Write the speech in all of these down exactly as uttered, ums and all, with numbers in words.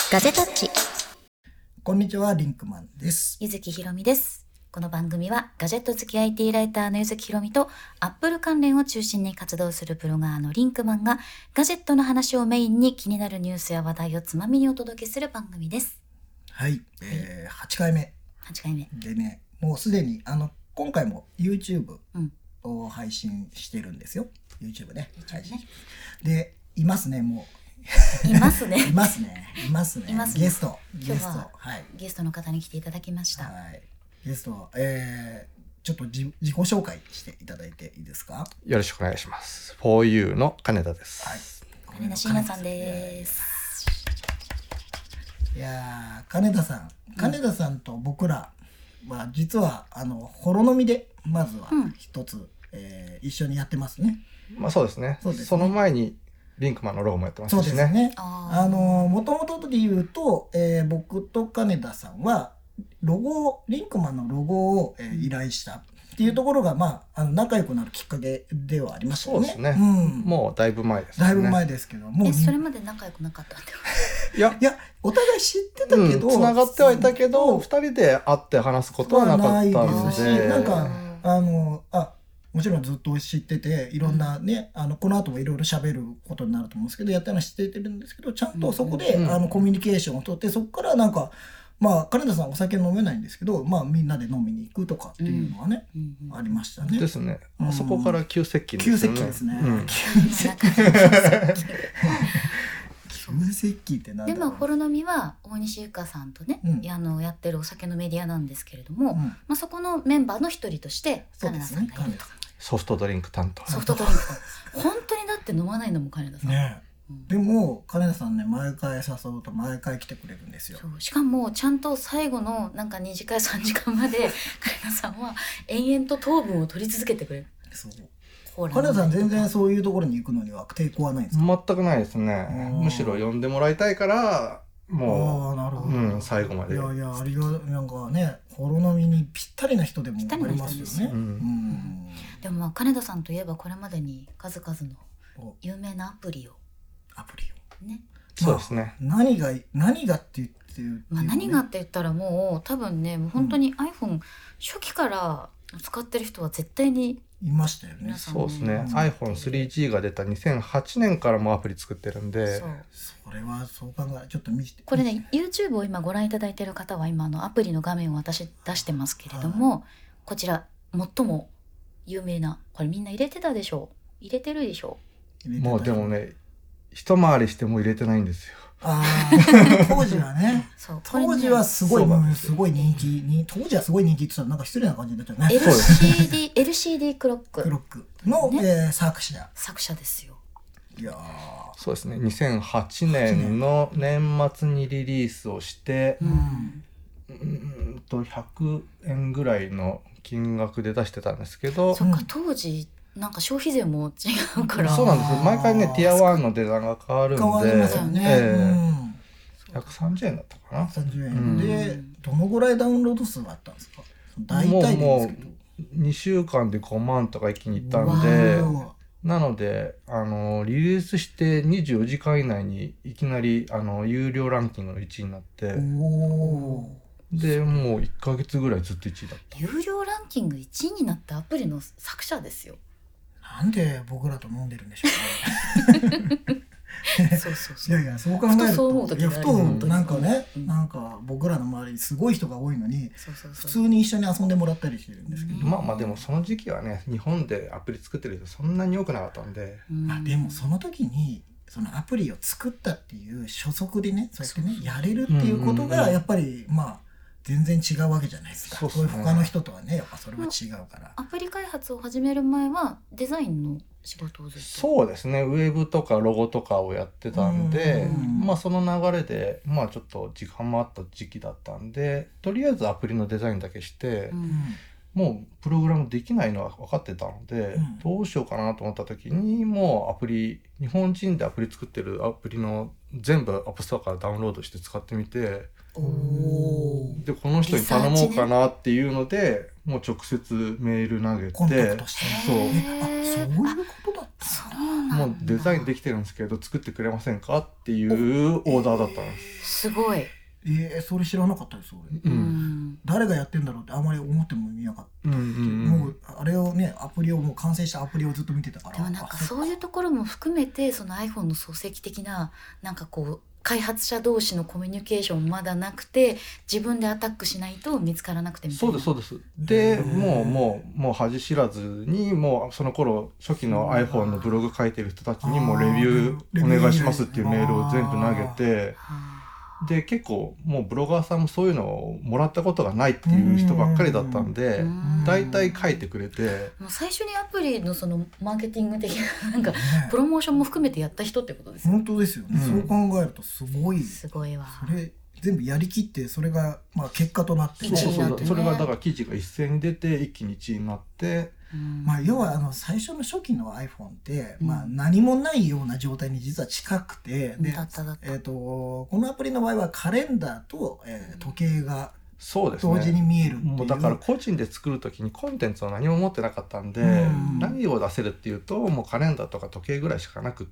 ガジェタッチ。 こんにちは、リンクマンです。 ゆずきひろみです。この番組はガジェット好き アイティー ライターのゆずきひろみとアップル関連を中心に活動するブロガーのリンクマンがガジェットの話をメインに気になるニュースや話題をつまみにお届けする番組です。 はい、えー、はちかいめはちかいめでね、もうすでにあの今回も YouTube うんを配信してるんですよ。 YouTube ね、 YouTube ね配信でいますね。もいますねういますねいますねいますねゲスト今日はゲストはいゲストの方に来ていただきました。 はいゲスト、えー、ちょっとじ自己紹介していただいていいですか？ よろしくお願いします。フォーユー の金田です。 はい、 金田椎名さんです。 いやー、金田さん金田さんと僕らは実はあのホロノミでまずは一つ、うんえー、一緒にやってますね。 まあそうですね。 そうですね。 その前にリンクマンのロゴもやってますしね。 そうですね。 ああのもともとで言うと、えー、僕と金田さんはロゴリンクマンのロゴを、えー、依頼したっていうところが、まあ、あの仲良くなるきっかけではありましたよね。 そうですね。 うん、 もうだいぶ前ですね。 だいぶ前ですけどもうえそれまで仲良くなかったんだよいやいやお互い知ってたけど、 つながってはいたけどふたりで会って話すことはなかったないのですし、 で、 なんかあのあもちろんずっと知ってていろんなね、うん、あのこの後もいろいろ喋ることになると思うんですけどやったのは知ってるんですけどちゃんとそこで、うん、あのコミュニケーションを取ってそこからなんかまあ金田さんお酒飲めないんですけど、まあ、みんなで飲みに行くとかっていうのはね、うんうん、ありましたね。 ですね、 うん、 そこから急接近ですね。 急接近ですね、うん、急接近急接近ってなんだろう。 でまあホロノミは大西ゆかさんとね、うん、あのやってるお酒のメディアなんですけれども、うんまあ、そこのメンバーの一人として金田さんがいると。 ソフトドリンク担当。 ソフトドリンク担当本当にだって飲まないのも金田さん、ねうん、でも金田さんね毎回誘うと毎回来てくれるんですよ。 そうしかもちゃんと最後のなんかにじかんさんじかんまで金田さんは延々と糖分を取り続けてくれる。 そう金田さん全然そういうところに行くのには抵抗はないんですか？ 全くないですね。むしろ呼んでもらいたいからもう、 あなるほど、 うん、最後まで。 いやいやありがなんかねホロノミにぴったりな人でもありますよね。 うんうん、でもまあ金田さんといえばこれまでに数々の有名なアプリをアプリをね、 そうですね、 まあ、何が何がって言ってる、ねまあ、何がって言ったらもう多分ねもう本当に iPhone 初期から使ってる人は絶対にいましたよね。 そうですね、アイフォンスリージー が出たにせんはちねんからもアプリ作ってるんで、 そうそれはそう考えちょっと見せてこれね YouTube を今ご覧いただいている方は今のアプリの画面を私出してますけれども、はい、こちら最も有名なこれみんな入れてたでしょう入れてるでしょうもうでもね一回りしても入れてないんですよ。 あ当時はねそう当時はすごい、ね、すごい人気に当時はすごい人気って言ったらなんか失礼な感じになっちゃうね。 エルシーディー エルシーディー クロッククロックの、ねえー、作者作者ですよ。 いやそうですねにせんはちねんの年末にリリースをして、うん、うんとひゃくえんぐらいの金額で出してたんですけど、 そっか当時なんか消費税も違うから。 そうなんです毎回ねティアワンの値段が変わるんで変わりますよね、えーうん、 ひゃくさんじゅうえんだったかな。 さんじゅうえん、うん、でどのぐらいダウンロード数があったんですか？大体でいいんですけどもうにしゅうかんでごまんとか一気にいったんで、なのであのリリースしてにじゅうよじかん以内にいきなりあの有料ランキングのいちいになって、おでもういっかげつぐらいずっといちいだった。 有料ランキングいちいになったアプリの作者ですよ。 なんで僕らと飲んでるんでしょうねそうそうそう。いやいやそう考えるとふとそう思う時がある。いやふとなんかね、うん、なんか僕らの周りにすごい人が多いのにそうそうそう普通に一緒に遊んでもらったりしてるんですけど、 まあまあでもその時期はね日本でアプリ作ってる人そんなに多くなかったんで、 まあでもその時にそのアプリを作ったっていう初速でねそうやってねやれるっていうことがやっぱりまあ全然違うわけじゃないですか。そうですね、他の人とはねやっぱそれは違うから。 アプリ開発を始める前はデザインの仕事をずっと。 そうですねウェブとかロゴとかをやってたんで、んまあその流れでまあちょっと時間もあった時期だったんでとりあえずアプリのデザインだけして、うん、もうプログラムできないのは分かってたので、うん、どうしようかなと思った時にもうアプリ日本人でアプリ作ってるアプリの全部アップストアからダウンロードして使ってみて、おでこの人に頼もうかなっていうので、ね、もう直接メール投げてコンタクトしてそうあそういうことだったそうなんだ。 もうデザインできてるんですけど作ってくれませんかっていうオーダーだったんです。 すごい。 えー、それ知らなかったです俺、 うんうん誰がやってんだろうってあまり思ってもみなかった、 うんうんうん、 もうあれをねアプリをもう完成したアプリをずっと見てたから。 でもなんかあそういうところも含めてその iPhone の創世記的ななんかこう開発者同士のコミュニケーションまだなくて自分でアタックしないと見つからなくてみたいな。 そうですそうです。でへーもうもうもう恥知らずにもうその頃初期の iPhone のブログ書いてる人たちにもレビューお願いしますっていうメールを全部投げて、 はで結構もうブロガーさんもそういうのをもらったことがないっていう人ばっかりだったんあでうん大体書いてくれて、 もう最初にアプリのそのマーケティング的ななんかねプロモーションも含めてやった人ってことですよ。 本当ですよね、 うんそう考えるとすごいすごいわ。 それ全部やりきってそれがまあ結果となって、 そうそうそう、 一位になってねそれがだから記事が一斉に出て一気にいちいになって、 うんまあ、要はあの最初の初期の iPhone って、 うんまあ、何もないような状態に実は近くて、でだっただったえー、とこのアプリの場合はカレンダーと、えー時計がそうですね、 同時に見えるっていう、 もうだから個人で作る時にコンテンツを何も持ってなかったんで、 うん何を出せるっていうともうカレンダーとか時計ぐらいしかなくって、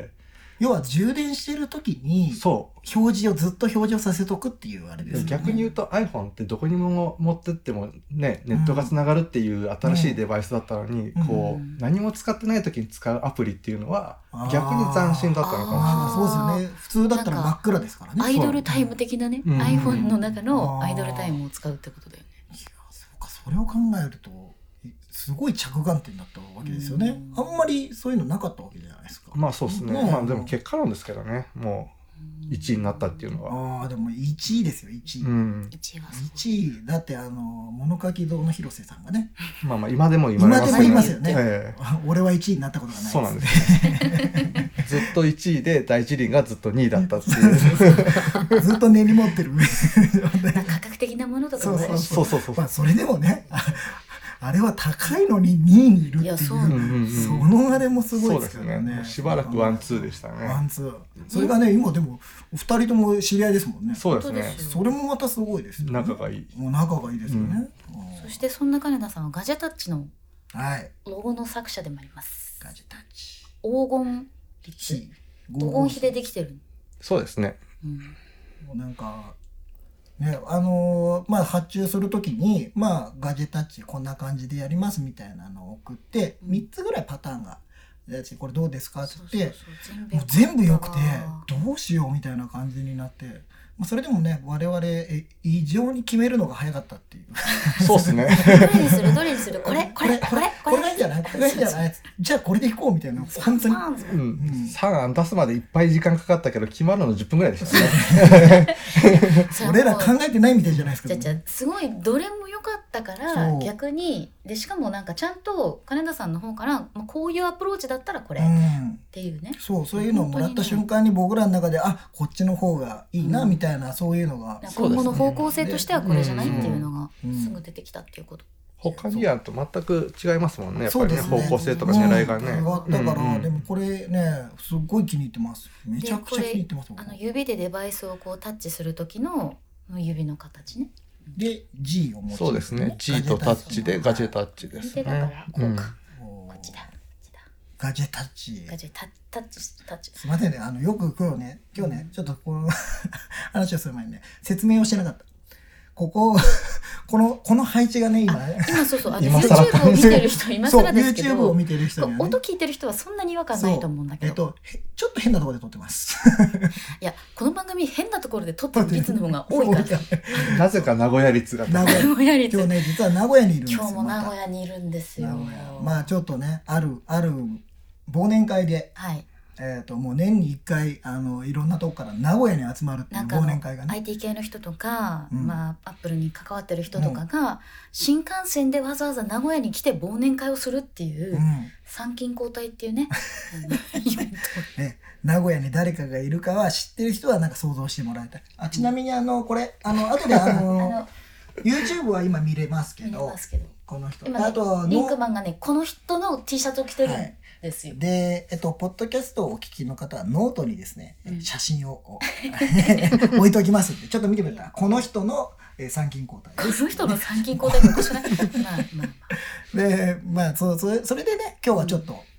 要は充電してる時にそ表示をずっと表示をさせとくっていうあれですよね。 逆に言うと iPhone ってどこにも持ってってもねネットがつながるっていう新しいデバイスだったのに、 うんこううん何も使ってない時に使うアプリっていうのはあー逆に斬新だったのかもしれあない。 あそうですよね。普通だったら真っ暗ですからね。 アイドルタイム的なね、 うん iPhone の中のアイドルタイムを使うってことだよね。 いやそうか、それを考えるとすごい着眼点だったわけですよね。 うんあんまりそういうのなかったわけじゃないですか。 まあそうですね、 ねまあでも結果なんですけどね、もういちいになったっていうのは、 ああでもいちいですよいちい、 うん、 いちいはすごい。 いちいだってあの物書き堂の広瀬さんがねまあまあ今でも言われます今でも言いますよねえ俺はいちいになったことがないえそうなんですずっといちいで第一輪がずっとにいだったっていうずっと根に持ってる価格的なものとかもね。 そうそうそうそうまあそれでもねああれは高いのににいにいるっていういやそううんうんうんそのあれもすごいでそうですすからね。 ねしばらくワンツーでしたね。 ワンツーそれがね今でもお二人とも知り合いですもんね。 そうですね本当ですよそれもまたすごいですよね。 仲がいい。 もう仲がいいですよね。うんそしてそんな金田さんはガジェタッチのはい。 ロゴの作者でもあります。 ガジェタッチ。 黄金律黄金比でできてる。 そうですね。 うんもうなんかねあのーまあ発注するときにまあガジェタッチこんな感じでやりますみたいなのを送ってうんみっつぐらいパターンがでこれどうですかってそう言ってそうそうもう全部良くて全どうしようみたいな感じになって、まあ、それでもね我々え異常に決めるのが早かったっていうそうですね。 どれにするどれにするこれこれこれこれがいいんじゃないこれがいいんじゃないじゃあこれでいこうみたいな本当にパンズうん、さん案出すまでいっぱい時間かかったけど決まるのじゅっぷんぐらいでしたね。 俺ら考えてないみたいじゃないですか。 じゃあじゃあすごいどれも良かったからそう逆にでしかもなんかちゃんと金田さんの方から、まあ、こういうアプローチだったらこれっうんていうね、 そうそういうのをもらった瞬間に僕らの中であこっちの方がいいなうんみたいなそういうのが今後の方向性としてはこれじゃないっていうのがうんすぐ出てきたっていうこと。 他にやると全く違いますもんね。やっぱりねそうですね方向性とか狙いがね。 うんだから、 うんうんでもこれねすっごい気に入ってますめちゃくちゃ気に入ってますあの指でデバイスをこうタッチする時の指の形ね。 で G を持ちそうですね。G とタッチでガジェタッチです右手だからね。 こうか、 うんここっちだこっちだガジェタッチガジェタタッチタッチ。 すいませんねあのよく今日ね今日ねちょっとこの話をする前にね説明をしてなかったこここのこの配置がね今今そうそうあの今更 YouTube を見てる人今そう更ですけ YouTube をど見てる人にはね音聞いてる人はそんなに違和感ないと思うんだけど、 えっとへちょっと変なところで撮ってますいやこの番組変なところで撮ってる率の方が多いからなぜか名古屋率が名古屋名古屋率今日ね実は名古屋にいるんですよ今日も名古ま屋にいるんですよた名古屋まあちょっとねあるある忘年会ではいえー、ともう年にいっかいあのいろんなとこから名古屋に集まるっていう忘なんかあの年会がねアイティー 系の人とか、 うんまあ、アップルに関わってる人とかが、新幹線でわざわざ名古屋に来て忘年会をするっていう、 うん参勤交代っていうねあのイベントね、名古屋に誰かがいるかは知ってる人はなんか想像してもらいたいあちなみにあのこれあの後でああのの YouTube は今見れますけ見れどますけどこの人今ねあとリンクのマンがねこの人の T シャツを着てるんはいですよ、 で、えっと、ポッドキャストをお聞きの方はノートにですね、 うん写真をこう置いておきますんでちょっと見てみたらこの人の、えー参勤交代この人の参勤交代っておかしくないまあまあまあでまあそそれそれでね今日はちょっと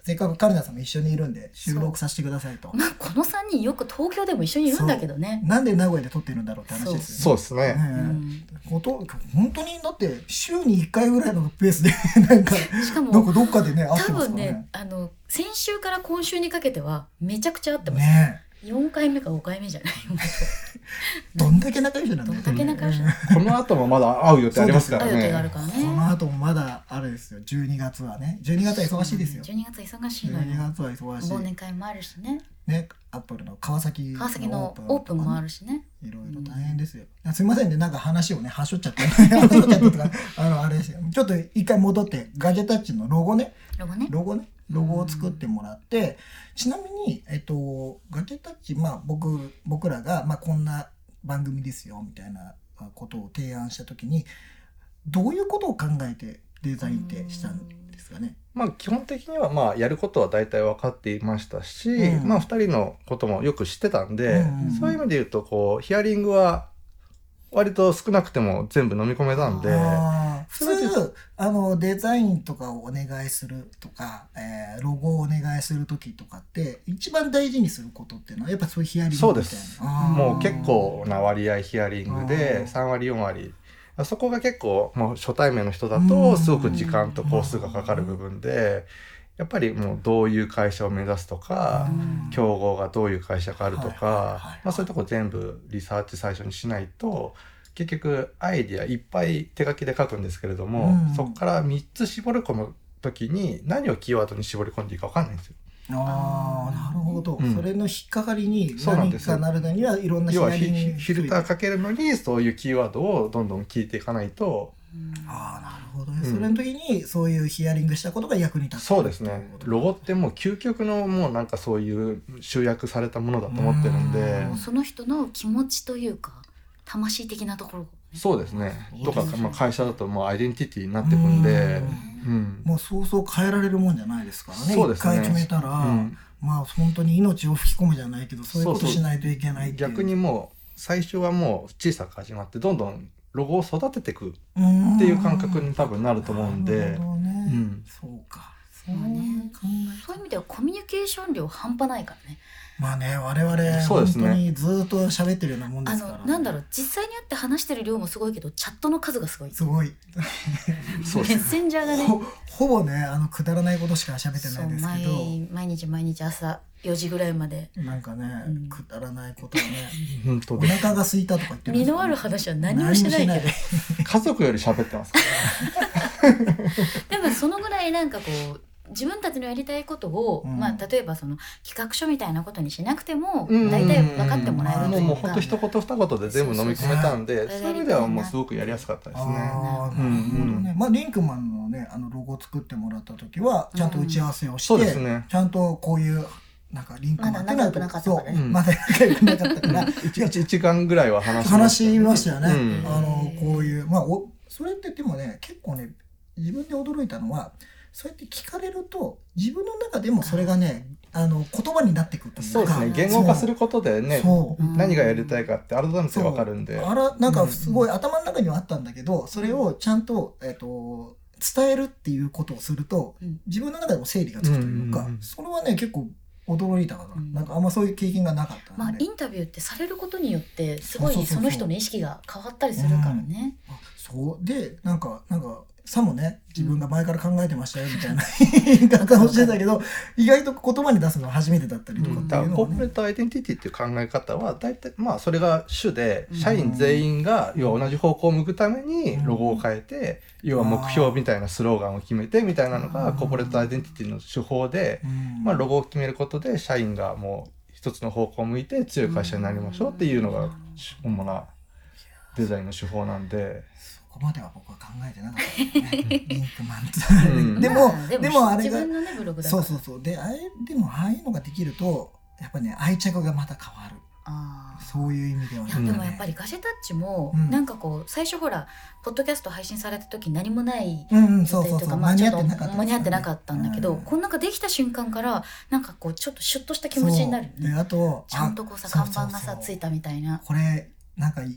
せっかくカルナさんも一緒にいるんで収録させてくださいと。 まあこのさんにんよく東京でも一緒にいるんだけどね。 なんで名古屋で撮ってるんだろうって話ですよね。 そうですね。 ねえ、うん、本当にだって週にいっかいぐらいのペースでなんかしかもなんかどっかでね会って多ますからね。 分ね、あの先週から今週にかけてはめちゃくちゃ会ってます。 ねえ、 よんかいめかごかいめじゃないどんだけ仲良しなんだよ。 どんだけ仲良しねこの後もまだ会う予定ありますから会う予定があるね。 からね。 この後もまだあれですよ。じゅうにがつはね。じゅうにがつは忙しいですよ。 じゅうにがつ忙しいのじゅうによ。 がつは忙しい。 忘年会もあるしね。 ね、アップルの川崎川崎のオープンもあるしね。 いろいろ大変ですよ。すみませんね、なんか話をね、はしょっちゃって、はしょっちゃってとか、あの、あれですよ。ちょっと一回戻って、ガジェタッチのロゴね、 ロゴね。 ロゴね、ロゴを作ってもらって、ちなみに、えっと、ガジェタッチ、まあ、僕、僕らが、まあ、こんな番組ですよ、みたいなことを提案したときに、どういうことを考えてデザインってしたんですかね。 まあ基本的にはまあやることは大体分かっていましたし、 うんまあふたりのこともよく知ってたんで、 うんそういう意味で言うとこうヒアリングは割と少なくても全部飲み込めたんで、 あー普それで通あのデザインとかをお願いするとか、えーロゴをお願いする時とかって一番大事にすることっていうのはやっぱそういうヒアリングみたいな。 そうですあーもう結構な割合ヒアリングあーでさんわりよんわり、そこが結構もう初対面の人だうんとすごく時間と工数がかかる部分で、やっぱりもうどういう会社を目指すとか、 うん競合がどういう会社があるとはいはいはいはいか、まあそういうとこ全部リサーチ最初にしないと、結局アイディアいっぱい手書きで書くんですけれども、 うんそこからみっつ絞り込む時に何をキーワードに絞り込んでいいか分かんないんですよ。 あーなるほど、 うんそれの引っかかりにそうなんです何かなるのにはいろんなヒ要はフアリングィフィルターかけるのにそういうキーワードをどんどん聞いていかないと。 ああなるほどね、 うんそれの時にそういうヒアリングしたことが役に立つそうですね。ロゴってもう究極のもうなんかそういう集約されたものだと思ってるんでうんもうその人の気持ちというか魂的なところ。 そうですね。とか、 そうですねまあ、会社だともうアイデンティティになってくんで、うん、 もうそうそう変えられるもんじゃないですからね。 そうですね一回決めたら、 うんまあ本当に命を吹き込むじゃないけどそういうことそうそうしないといけないっていう。 逆にもう最初はもう小さく始まってどんどんロゴを育てていくっっていう感覚に多分なると思うんで、 なるほどね、 うんそうか。そうまあね考えそういう意味ではコミュニケーション量半端ないからね。 まあね我々本そうですね当にずっと喋ってるようなもんであすから、 のなんだろう実際に会って話してる量もすごいけどチャットの数がすごい。 すごいメッそうですね。 センジャーがね。 ほほぼねあのくだらないことしか喋ってそうないですけど毎毎日毎日朝よじぐらいまでなんかね、 うんくだらないことをねお本当で腹が空いたとか言ってるんですよ身のある話は何もしてないけど家族より喋ってますからでもそのぐらいなんかこう自分たちのやりたいことを、 うんまあ、例えばその企画書みたいなことにしなくてもうん大体分かってもらえるというか、 もうもう本当一言二言で全部飲み込めたんで、 そうそうそうそういう意味ではもうすごくやりやすかったですね。 あーなるほどうんね、まあリンクマンのねあのロゴを作ってもらった時はちゃんと打ち合わせをして、 そうですね。 ちゃんとこういうなんかリンクマンってのはまだ仲良くなかったからねそうまだ仲良くなかったから一一時間ぐらいは話し話しましたよね、 うんあのこういうまあおそれってでもね結構ね自分で驚いたのはそうやって聞かれると自分の中でもそれがねあの言葉になってくるというかそうですね。言語化することでね、 そううん何がやりたいかって改めてわかるんで。 あらなんかすごい頭の中にはあったんだけどそれをちゃんと、えっと伝えるっていうことをするとうん自分の中でも整理がつくというか、 うんうんうんそれはね結構驚いたかな、 うんなんかあんまそういう経験がなかったまあ、 ので、 インタビューってされることによってすごいそうそうそうそうその人の意識が変わったりするからね。 あそうでなんかなんかさもね自分が前から考えてましたよみたいな言い方をしてたけど意外と言葉に出すのは初めてだったりとかってだからコいうのはね、 ーポレートアイデンティティっていう考え方は大体まあそれが主でうん社員全員が要は同じ方向を向くためにロゴを変えて要は目標みたいなスローガンを決めてみたいなのがコーポレートアイデンティティの手法でうんまあロゴを決めることで社員がもう一つの方向を向いて強い会社になりましょうっていうのが主なデザインの手法なんで。 そこまでは僕は考えてなかったですねリンクマンってうんでも、 まあでもあれが自分のねブログだから。 そうそうそうであれでもああいうのができるとやっぱりね愛着がまた変わるあーそういう意味ではねいやでもやっぱりガジェタッチもうんなんかこう最初ほらポッドキャスト配信された時何もないうんうんそう状態というかそうそう間にまあちょっと合ってなかったですよね間に合ってなかったんだけどうんこのなんかできた瞬間からなんかこうちょっとシュッとした気持ちになるよそうでね。 あとちゃんとこうさあ看板がさついたみたいな。 これなんかい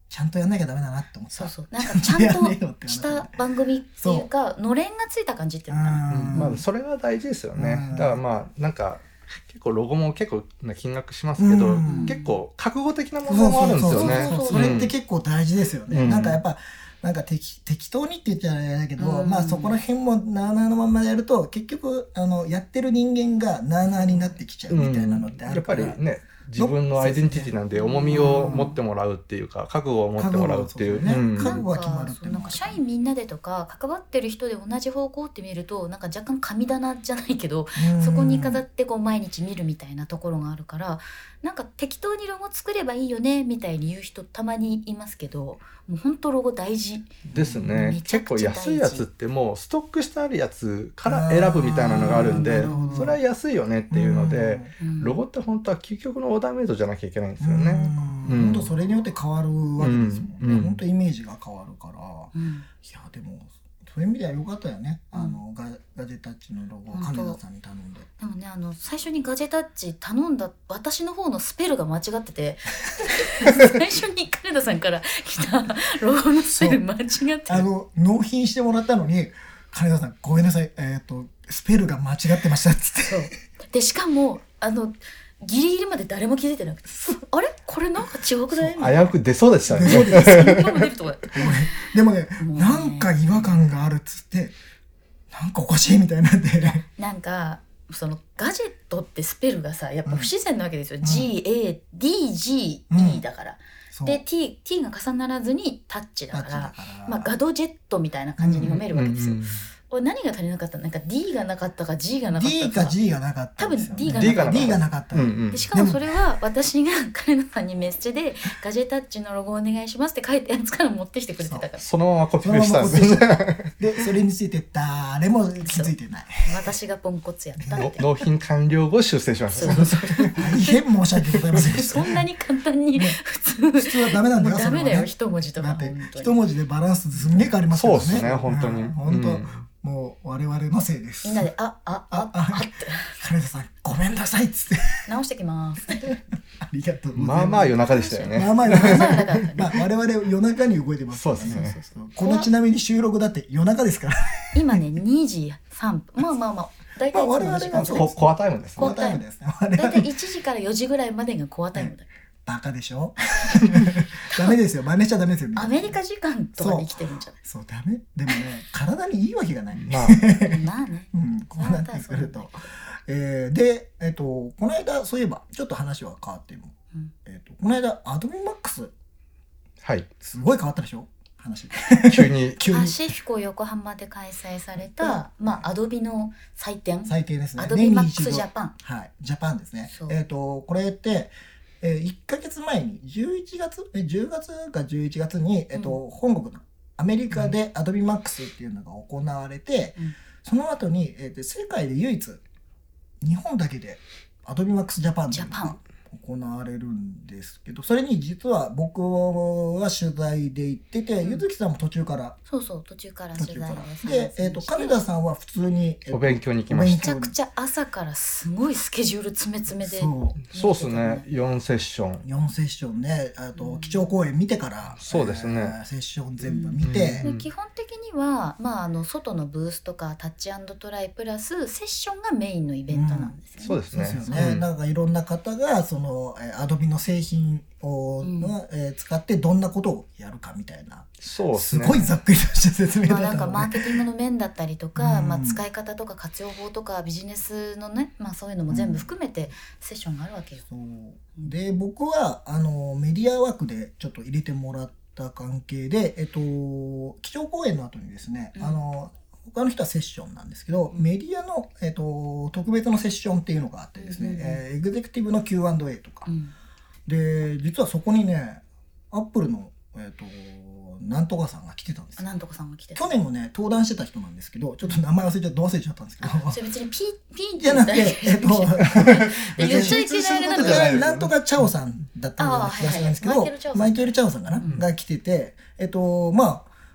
ちゃんとやんなきゃダメだなって思った。 そうそうなんかちゃんとした番組っていうかのれんがついた感じっていうのかな、 うんまあ、それが大事ですよね。だからまあなんか結構ロゴも結構な金額しますけど、結構覚悟的なものもあるんですよね。 それって結構大事ですよね、 うん、 なんかやっぱなんか適, 適当にって言っちゃあれだけど、 うん、 まあそこら辺もなあなあのまんまでやると結局あのやってる人間がなあなあになってきちゃうみたいなのってあるから、 うん、やっぱりね自分のアイデンティティなんで重みを持ってもらうっていうか覚悟を持ってもらうっていう、 覚悟は決まるっていうなんか社員みんなでとか関わってる人で同じ方向って見るとなんか若干神棚じゃないけどそこに飾ってこう毎日見るみたいなところがあるからなんか適当にロゴ作ればいいよねみたいに言う人たまにいますけどもう本当ロゴ大事ですね。結構安いやつってもうストックしてあるやつから選ぶみたいなのがあるんでそれは安いよねっていうのでロゴって本当は究極のオーダーメイドじゃなきゃいけないんですよね。 うん、本当それによって変わるわけですもんね、うん、本当イメージが変わるから、うん、いやでもそういう意味では良かったよね、うん、あの ガ, ガジェタッチのロゴを金田さんに頼んで。 でもねあの最初にガジェタッチ頼んだ私の方のスペルが間違ってて最初に金田さんから来たロゴのスペル間違ってあの納品してもらったのに金田さんごめんなさい、えー、とスペルが間違ってましたっつってそうでしかもあのギリギリまで誰も気づいてなくてあれこれなんか違くない？ 危うく出そうでしたね。 そうですでもねもうねなんか違和感があるっつってなんかおかしいみたいになってなんかそのガジェットってスペルがさやっぱ不自然なわけですよ、うん、ジーエーディージーイー だから、うん、で T, T が重ならずにタッチだから、だからまあ、ガドジェットみたいな感じに読めるわけですよ、うんうんうんこれ何が足りなかったのなんか D がなかったか G がなかったか D か G がなかったんですよ、ね、 多分 D がなかった D がなかった、うんうん、 でしかもそれは私が金田さんにメッセでガジェタッチのロゴお願いしますって書いたやつから持ってきてくれてたからそ, そのままコピペしたんですでそれについて誰も気づいてない私がポンコツやったって納品完了後修正しましたそうそうそう大変申し訳ございませんでしたそんなに簡単に普通普通はダメなんだよダメだよ、ね、一文字とかだって一文字でバランスすんげえ変わりますからね。 そうですね本当に、 うん、本当、うんもう我々のせいです。 みんなであああああって金田さんごめんなさいっつって直してきますありがとうございます。 まあまあ夜中でしたよね。 まあまあ夜中まあ我々夜中に動いてます、 そうですね。 そうそうそうこのちなみに収録だって夜中ですから今ねにじさんぷんまあまあまあ大体いつもの時間、 まあ、 コ, コアタイムですね。 コアタイムですね。 大体いちじからよじぐらいまでがコアタイムだよ、 バカでしょダメですよ真似しちゃダメですよ。 アメリカ時間とかで生きてるんじゃない？ そう、そうダメでもね体にいいわけがない、 まあ、 まあね、 うん、こうなってくると、えー、で、えー、とこの間そういえばちょっと話は変わっても、うんえー、とこの間アドビマックスはいすごい変わったでしょ話急に急にパシフィコ横浜で開催された、うん、まあアドビの祭典祭典ですね。 アドビマックスジャパン、 はいジャパンですね。えっ、ー、とこれってえー、いっかげつまえにじゅういちがつえじゅうがつかじゅういちがつに、えーとうん、本国のアメリカでアドビマックスっていうのが行われて、うん、その後に、えーと、世界で唯一日本だけでアドビマックスジャパンっていうのが行われるんですけど、それに実は僕は取材で行ってて、うん、ゆずきさんも途中からそうそう途中から取材で、えーと、金田さんは普通に、 えー、お勉強に行きました。 めちゃくちゃ朝からすごいスケジュール詰め詰めでそうそうですねよんセッションよんセッションねあと、うん、基調講演見てからそうですね、 えー、セッション全部見て、 うん、基本的には、まあ、あの外のブースとかタッチ&トライプラスセッションがメインのイベントなんですよね、 うん、そうですね、 そうですよね、うん、なんかいろんな方がそのアドビの製品を、うんえー、使ってどんなことをやるかみたいなそうですね、 すごいざっくりとした説明だったので、 まあ、なんかマーケティングの面だったりとか、うんまあ、使い方とか活用法とかビジネスのね、まあ、そういうのも全部含めてセッションがあるわけよ、 うん、そうで僕はあのメディア枠でちょっと入れてもらった関係で、えっと、基調講演の後にですね、うん、あの他の人はセッションなんですけど、うん、メディアの、えっと、特別のセッションっていうのがあってですね、うんえー、エグゼクティブの キューアンドエー とか、うん、で実はそこにねアップルの、えっとなんとかさんが来てたんですよ。 なんとかさんが来てた。 去年もね登壇してた人なんですけど、ちょっと名前忘れちゃって忘れちゃったんですけど、 それ別にピーピーってじゃなくて、えっと言っちゃいけないなんとかなんとかチャオさんだったんじゃない気がするんですけど、マイケルチャオさんかな、うん、が来てて、えっとまあ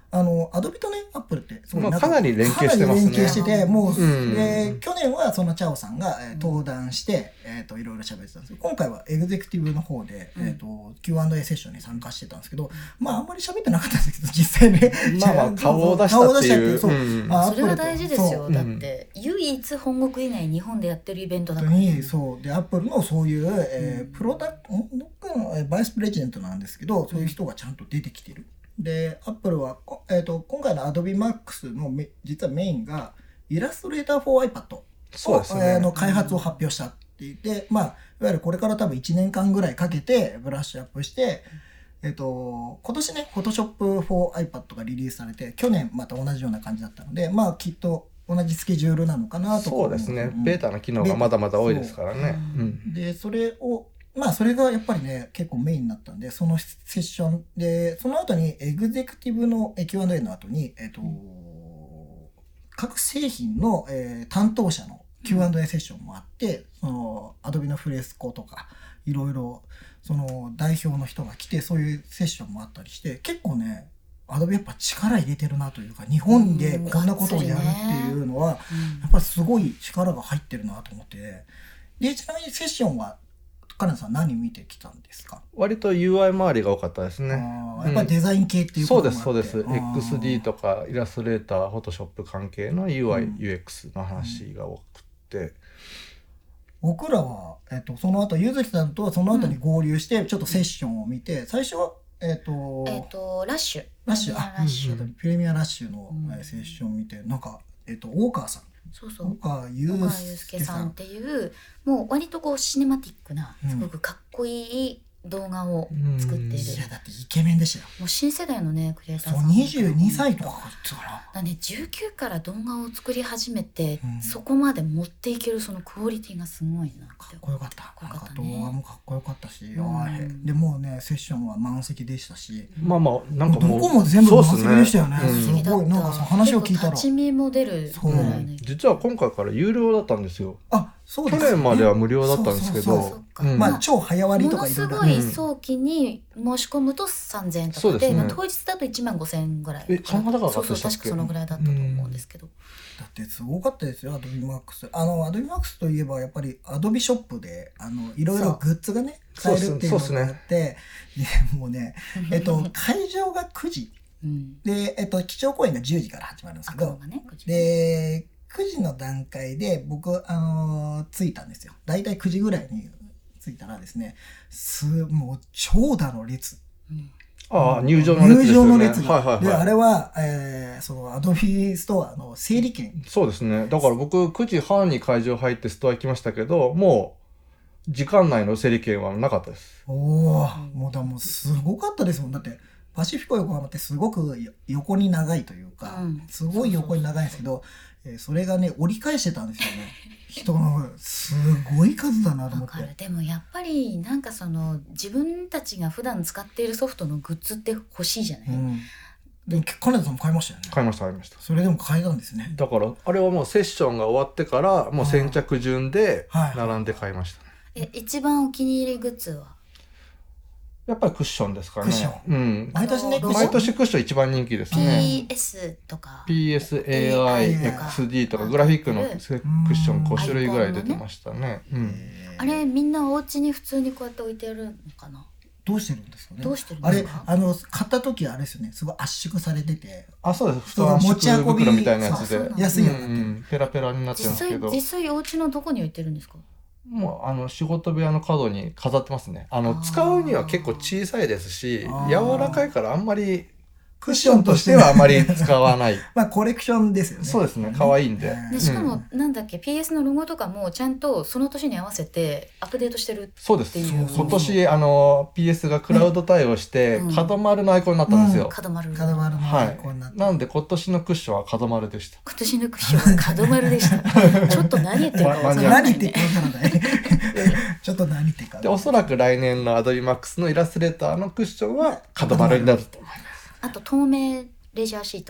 あのアドビとねアップルってすごいまあかなり連携してますねかなり連携しててもう、 うんで去年はそのチャオさんが、えー登壇して、えー、といろいろ喋ってたんですけど、今回はエグゼクティブの方で、えー、と キューアンドエー セッションに参加してたんですけど、まああんまり喋ってなかったんですけど実際ねまあまあ顔を出したっていう顔を出したっていうそう、 うんあそれは大事ですよ。 そうだって唯一本国以外日本でやってるイベントだ本当から。 にそうでアップルのそういう、えープロダクトどっかのえーバイスプレジデントなんですけど、そういう人がちゃんと出てきてる。でアップルは、こえー、と今回の Adobe Max のめ実はメインがイラストレーター for iPad をそうですねえーの開発を発表したって言って、まあ、いわゆるこれから多分いちねんかんぐらいかけてブラッシュアップして、えっと、今年ね Photoshop for iPad がリリースされて、去年また同じような感じだったので、まあきっと同じスケジュールなのかなと思そうですね、 んベータの機能がまだまだ多いですからね。 そううんでそれをまあそれがやっぱりね結構メインになったんで、そのセッションでその後にエグゼクティブの キューアンドエー の後に、えっと、各製品の、えー担当者の キューアンドエー セッションもあって、その Adobe のフレスコとかいろいろその代表の人が来て、そういうセッションもあったりして、結構ねAdobe やっぱ力入れてるなというか、日本でこんなことをやるっていうのはやっぱりすごい力が入ってるなと思って。でちなみにセッションはカレンさん何見てきたんですか？ 割と ユーアイ 周りが多かったですね。 あーやっぱりデザイン系っていうそうこともあって、 ですそうです。 あーエックスディー とかイラストレーター、フォトショップ関係の ユーアイ、 うんユーエックス の話が多くて、 僕らは、えっと、その後ゆずきさんとその後に合流してちょっとセッションを見て、最初はえっと、 えっ、とラッシュラッシュプレミアラッシュ、 うんプレミアラッシュの、 うんえーセッション見て、なんか、えっと、大川さんそうそう大川祐小川祐介介さんっさんていうもう割とこうシネマティックなうんすごくかっこいい動画を作っている、 うんいやだってイケメンでしたよ。 もう新世代のねクリエイターそうさんにじゅうにさいとかかってたからだね、じゅうきゅうから動画を作り始めて、 うんそこまで持っていけるそのクオリティがすごいなってかっこよかった。 かっこよなんかかったね動画もかっこよかったし、 うんあーでもうねセッションは満席でしたし、 まあまあなんかもうどこも全部満席でしたよね。 そうっすねすごいなんかその話を聞いたら、 立ち見も出るぐらいの、 うん実は今回から有料だったんですよ。 あ、そう去ですよね年までは無料だったんですけそうそうどそっかうんまあ超早割りものとかいろいろすごい早期に申し込むとさんぜんえんとかで、 そうですねまあ当日だといちまんごせんえんぐらいえそんな高かったそうそうでしたっけ確かそのぐらいだったと思うんですけど、 だってすごかったですよ、アドビマックス。あのアドビマックスといえばやっぱりアドビショップであのいろいろグッズがね買えるっていうのがあって、でもうね、えっと会場がくじうん、 で、えっと基調講演がじゅうじから始まるんですあけど、 こがねでくじの段階で僕あの着いたんですよ。だいたいくじぐらいに着いたらですね、すもう長蛇の列。 うんああ入場の列ですよね。 入場の列が、 はいはいはい。 であれは、えー、そのアドビストアの整理券。 そうですね。だから僕くじはんに会場入ってストア行きましたけど、もう時間内の整理券はなかったです。 おお、もうだもうすごかったですもん。だってパシフィコ横浜ってすごくよ横に長いというか、 うんすごい横に長いんですけど、えーそれがね折り返してたんですよね。人のすごい数だなと思ってわかる。でもやっぱりなんかその自分たちが普段使っているソフトのグッズって欲しいじゃない、 うん、でも金田さんも買いましたよね。 買いました買いました。 それでも買えたんですね。 だからあれはもうセッションが終わってからもう先着順ではい並んで買いました。 え一番お気に入りグッズはやっぱりクッションですかね。 クッショうん。 毎年ね、 あの毎年クッション一番人気ですね。 ピーエス とかピーエス、エーアイ、エとかックスディー とかグラフィックのクッションご種類ぐらい出てましたね。うん。 えーあれみんなお家に普通にこうやって置いてあるのかな。 どうしてるんですかね。 どうしてるんあれですかあの買った時はあれですよね。すごい圧縮されててあ、そうです。普通そうの持ち運び袋みたいなやつでそうそう。 安いようになってる。 うんうんペラペラになってるん実際ですけど、 実際お家のどこに置いてるんですか。 もうあの仕事部屋の角に飾ってますね。あのあー使うには結構小さいですし、 あー柔らかいからあんまりクッションとしてはあまり使わない。 まあコレクションですよね。 そうですね。可愛いんで。 うんでしかもなんだっけ ピーエス のロゴとかもちゃんとその年に合わせてアップデートしてる。 そうです。 っていう今年あの ピーエス がクラウド対応してうん角丸のアイコンになったんですよ。 角丸。 角丸のはアイコンになって、 い。なんで今年のクッションは角丸でした。 今年のクッションは角丸でした。ちょっと何言ってるかわからない、 何言ってるかわからないちょっと何言ってるかでおそらく来年の Adobe Max のイラストレーターのクッションは角丸になると思います。 あと透明レジャーシート。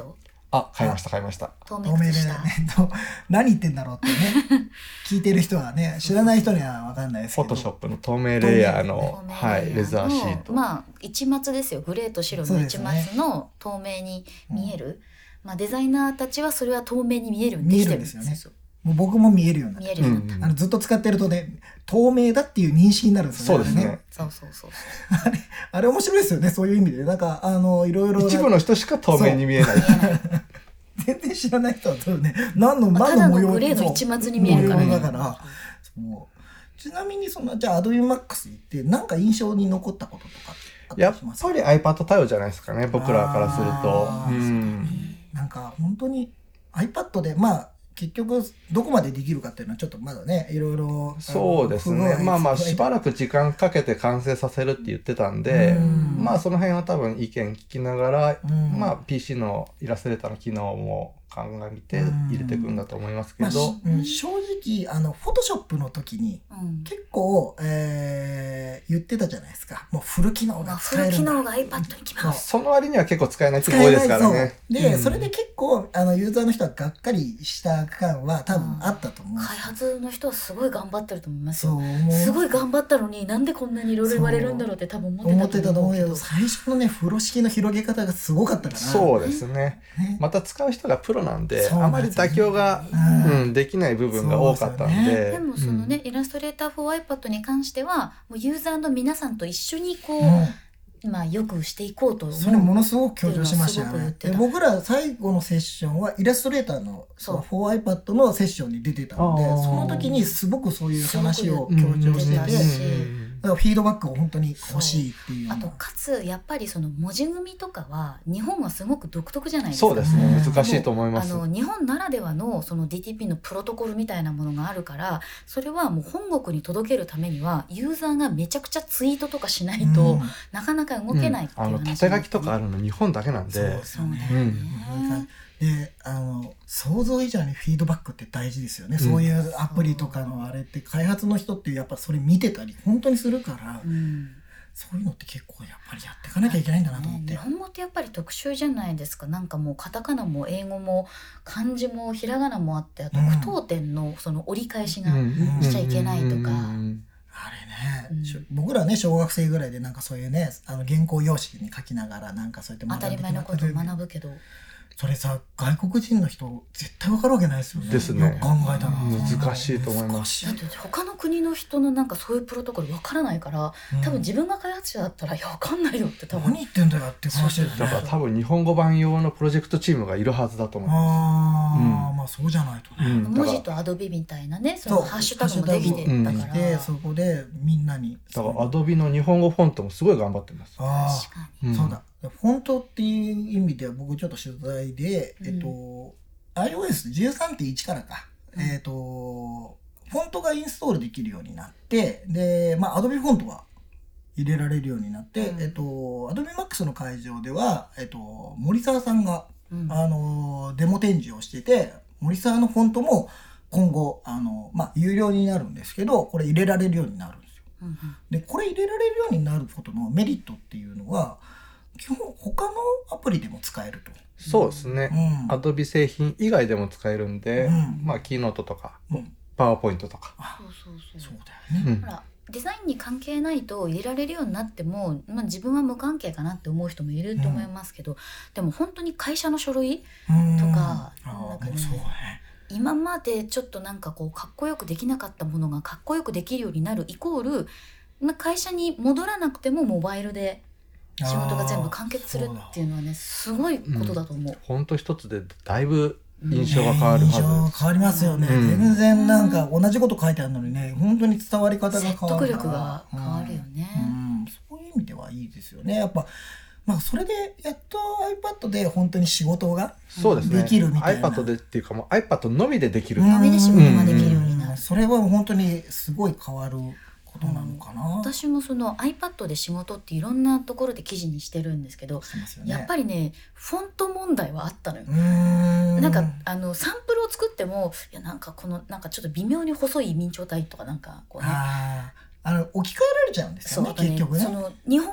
あ、買いました買いました。 透明靴下。 透明でねと何言ってんだろうってね聞いてる人はね知らない人には分かんないですけど、 フォトショップの透明レイヤーの、 透明はい、 レイヤレザーシート。 まあ一末ですよ。グレーと白の一末の透明に見える、うんまあ、デザイナーたちはそれは透明に見えるようにできてるんですよ。 見えるんですよね。もう僕も見えるようになって、 見えるようになった、 うん、あのずっと使ってるとね透明だっていう認識になるんですよね。 そうですね。 そうそうそうあれあれ面白いですよね。そういう意味でなんかあのいろいろ一部の人しか透明に見えない。 全然知らない人は多分ね何のまあ、 何の模様、 ただのグレーの一末に見えるからね。 模様だからそうちなみにそのじゃあ Adobe Max 行ってなんか印象に残ったこととかあったやっりしますぱり iPad 対応じゃないですかね、僕らからすると。 あーうんなんか本当に iPad でまあ結局どこまでできるかっていうのはちょっとまだねいろいろそうですね。まあまあしばららく時間かけて完成させるって言ってたんで、 うんまあその辺は多分意見聞きながら、 うんまあ ピーシー のイラストレーターの機能も鑑みて入れていくんだと思いますけまあど、 しうん正直あの Photoshop の時にうん結構、えー言ってたじゃないですか。もうフル機能まあ、 がフル使えるんだ機能が iPad に来ます。 その割には結構使えない人使も多いでえないそうすからね。 で、 うんそれで結構あのユーザーの人はがっかりした感は多分あったと思うんです開よ。 発の人はすごい頑張ってると思いますそうよ。 思うすごい頑張ったのになんでこんなにいろいろ言われるんだろうって多分思思っっててたと思うけたと思うけど、 ど最初のね風呂敷の広げ方がすごかったからそうですね。 ねまた使う人がプロなんで、 そうあまりなんですよね妥協が、 うんうん、できない部分が多かったんで。 そうですよでもそのね、 うんイラストレーター for iPad に関してはもうユーザーの皆さんと一緒にこう、 うんまあよくしていこうと思う。 それものすごく強調しましたよね。 っていうのはすごく言ってたで僕ら最後のセッションはイラストレーターのそうフォーアイパッド のセッションに出てたので、 あーその時にすごくそういう話をす強調してて、 ごく言ってたしだからフィードバックを本当に欲しいっていうようなあとかつやっぱりその文字組みとかは日本はすごく独特じゃないですか。 そうですね。 うん難しいと思います。 あの日本ならではのその ディーティーピー のプロトコルみたいなものがあるからそれはもう本国に届けるためにはユーザーがめちゃくちゃツイートとかしないと、 うんなかなか動けないっていう話、 うんあの縦書きとかあるの日本だけなんそうでですよね。 そうだよねうんであの想像以上にフィードバックって大事ですよね、 うんそういうアプリとかのあれって開発の人ってやっぱそれ見てたり本当にするから、 うんそういうのって結構やっぱりやっていかなきゃいけないんだなと思って、 ね、日本語ってやっぱり特殊じゃないですか。なんかもうカタカナも英語も漢字もひらがなもあってあとうん句読点のその折り返しが、 んしちゃいけないとかうんうんうんあれね、 うんしょ僕らね小学生ぐらいでなんかそういうねあの原稿用紙に書きながらなんかそうやって当たり前のことを学ぶけどそれさ外国人の人絶対わかるわけないですよね。 ですねよく考えたら難しいと思いますだって他の国の人のなんかそういうプロトコルわからないから多分自分が開発者だったらいやわかんないよって多分何言ってんだよって話だよね。 だから多分日本語版用のプロジェクトチームがいるはずだと思いまあー、 うんまあそうじゃないとね、 うん文字とアドビみたいなねそのそうハッシュタグもできてたから、 でそこでみんなにす。だから Adobe の日本語フォントもすごい頑張ってます。 あ確かあ、 うんそうだフォントっていう意味では僕ちょっと取材で、 うんえっと iOエスじゅうさんてんいち からか、 うんえっとフォントがインストールできるようになってでまあ Adobe フォントは入れられるようになって、 うんえっと Adobe Max の会場では、えっと、森沢さんが、 に、うんあのデモ展示をしてて森沢のフォントも今後あの、まあ、有料になるんですけどこれ入れられるようになるんですよ。 うんうんでこれ入れられるようになることのメリットっていうのは基本他のアプリでも使えると。 そうですね。 うん Adobe 製品以外でも使えるんで、 うんまあキーノートとかうんパワーポイントとか。 あそうそうそうそうだよね。 うんほらデザインに関係ないと入れられるようになっても、まあ、自分は無関係かなって思う人もいると思いますけど、でも本当に会社の書類うんとかあなんかねーもうそうね。 今までちょっとなんかこうかっこよくできなかったものがかっこよくできるようになるイコール、まあ、会社に戻らなくてもモバイルで仕事が全部完結するっていうのはねすごいことだと思う。 フォント一つでだいぶ印象が変わるはず印象変わりますよね、 うん全然なんか同じこと書いてあるのにね本当に伝わり方が変わる説得力が変わるよね。 うんうんそういう意味ではいいですよねやっぱまあそれでやっと iPad で本当に仕事がそうですね。 できるみたいな iPad でっていうかもう iPad のみでできる。 のみで仕事ができるようになるうんそれは本当にすごい変わることなのかな、 私もその iPad で仕事っていろんなところで記事にしてるんですけど、 してますよねやっぱりねフォント問題はあったのよ。 うーんなんかあのサンプルを作ってもいやなんかこのなんかちょっと微妙に細い明朝体とかなんかこうねあーあの置き換えられちゃうんですよねそうあとね結局ねその日本語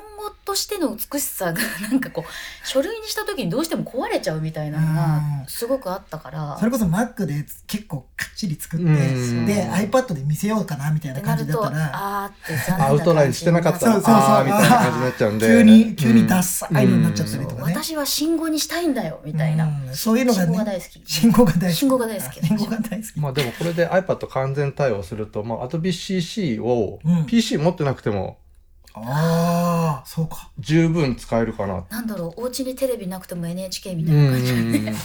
としての美しさがなんかこう書類にした時にどうしても壊れちゃうみたいなのがすごくあったから、 それこそ Mac で結構かっちり作って、 うんで iPad で見せようかなみたいな感じだったら、 あーって残念なアウトラインしてなかったらそうそうそうあーみたいな感じになっちゃうんで、 急に急にダッサいのになっちゃったりとかね、 私は信号にしたいんだよみたいな、 うんそういうのがね、 信号が大好き信号が大好き信号が大好き信号が大好き、 まあでもこれで iPad 完全対応すると、まあ Adobe シーシー をうんピーシー 持ってなくてもああそうか、 十分使えるかな。 なんだろう、お家にテレビなくても エヌエイチケー みたいな感じで、ね、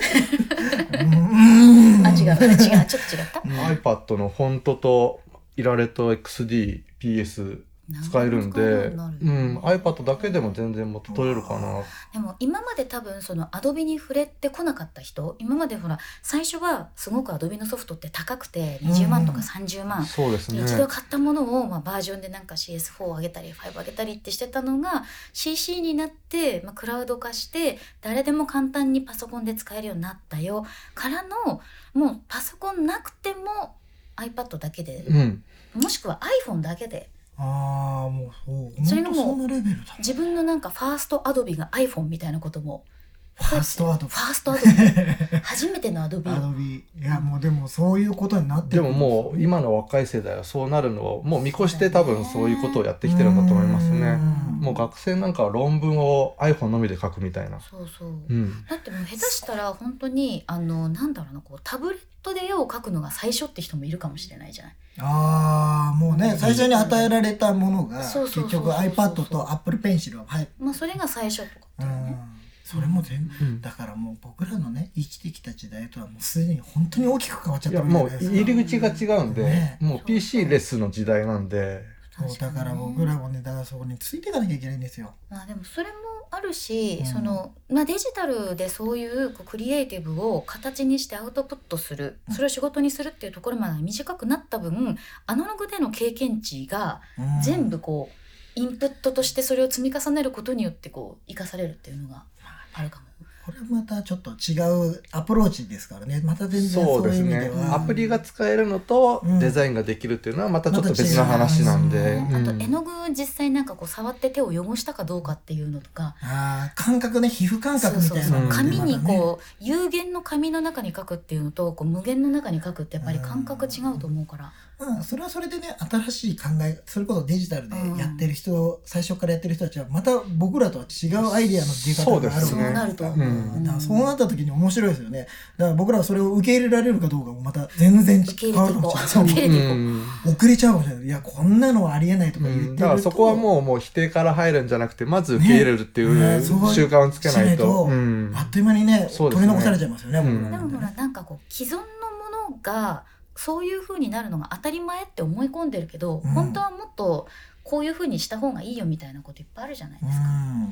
うんあ違う違うちょっと違った、 うん、iPad のフォントとイラレと エックスディー、ピーエス 使えるんで、うん、iPad だけでも全然元取れるかな。 でも今まで多分その Adobe に触れてこなかった人、今までほら最初はすごく Adobe のソフトって高くてにじゅうまんとかさんじゅうまん、 うん、そうですね、 一度買ったものをまあバージョンでなんか シーエスフォー を上げたりファイブ上げたりってしてたのが シーシー になって、まあ、クラウド化して誰でも簡単にパソコンで使えるようになったよからの、もうパソコンなくても iPad だけで、 うん、 もしくは iPhone だけで、 ああもうそうそれがもうそんなレベルだ、 自分のなんかファーストアドビが iPhone みたいなことも、 ファーストアドビファーストアドビ初めてのアドビアドビいやもうでもそういうことになってる。 でももう今の若い世代はそうなるのをもう見越して多分そういうことをやってきてるんだと思いますね。もう学生なんかは論文を iPhone のみで書くみたいな。 そうそう、 うん、 だってもう下手したら本当にあのなんだろうな、こうタブレットで絵を描くのが最初って人もいるかもしれないじゃない。 ああもうね、最初に与えられたものがそうそう結局そうそう iPad と Apple Pencil は入る、 まあそれが最初とかっていうね、 それも全部、 うん、 だからもう僕らのね生きてきた時代とはもうすでに本当に大きく変わっちゃったいやもう入り口が違うんで、 ね、 もう ピーシー レスの時代なんで、 そうだから僕らもね、だからそこについていかなきゃいけないんですよ。 まあでもそれもあるし、 うん、 そのまあ、デジタルでそういうこうクリエイティブを形にしてアウトプットする、それを仕事にするっていうところまで短くなった分、アナログでの経験値が全部こうインプットとしてそれを積み重ねることによってこう生かされるっていうのがあるかも。 これまたちょっと違うアプローチですからね。また全然そういう意味では、そうですね、 アプリが使えるのとデザインができるっていうのはまたちょっと別の話なんで、 ま、あと絵の具実際なんかこう触って手を汚したかどうかっていうのとか、 あ感覚ね、皮膚感覚みたいな、 そうそうそう、紙にこう有限の紙の中に描くっていうのとこう無限の中に描くってやっぱり感覚違うと思うから、 まあ、それはそれでね、新しい考え、それこそデジタルでやってる人、うん、最初からやってる人たちはまた僕らとは違うアイデアの出方がある。 そうなると思う、うん、 だからそうなった時に面白いですよね。だから僕らはそれを受け入れられるかどうかもまた全然変わるかもしれない。 受け入れていこう、うん、 遅れちゃうかもしれない。いやこんなのはありえないとか言ってると、うん、 だからそこはもうもう否定から入るんじゃなくて、まず受け入れるっていう、ねね、習慣をつけないと、 うん、あっという間にね、取り残されちゃいますよね。 うん、でもほらなんかこう既存のものがそういう風になるのが当たり前って思い込んでるけど、うん、本当はもっとこういう風にした方がいいよみたいなこといっぱいあるじゃないですか、うん、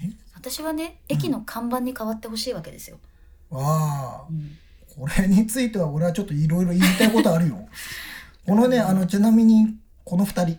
私はね、駅の看板に変わってほしいわけですよ。 ああ、うん、これについては俺はちょっといろいろ言いたいことあるよこのね、あのちなみにこのふたり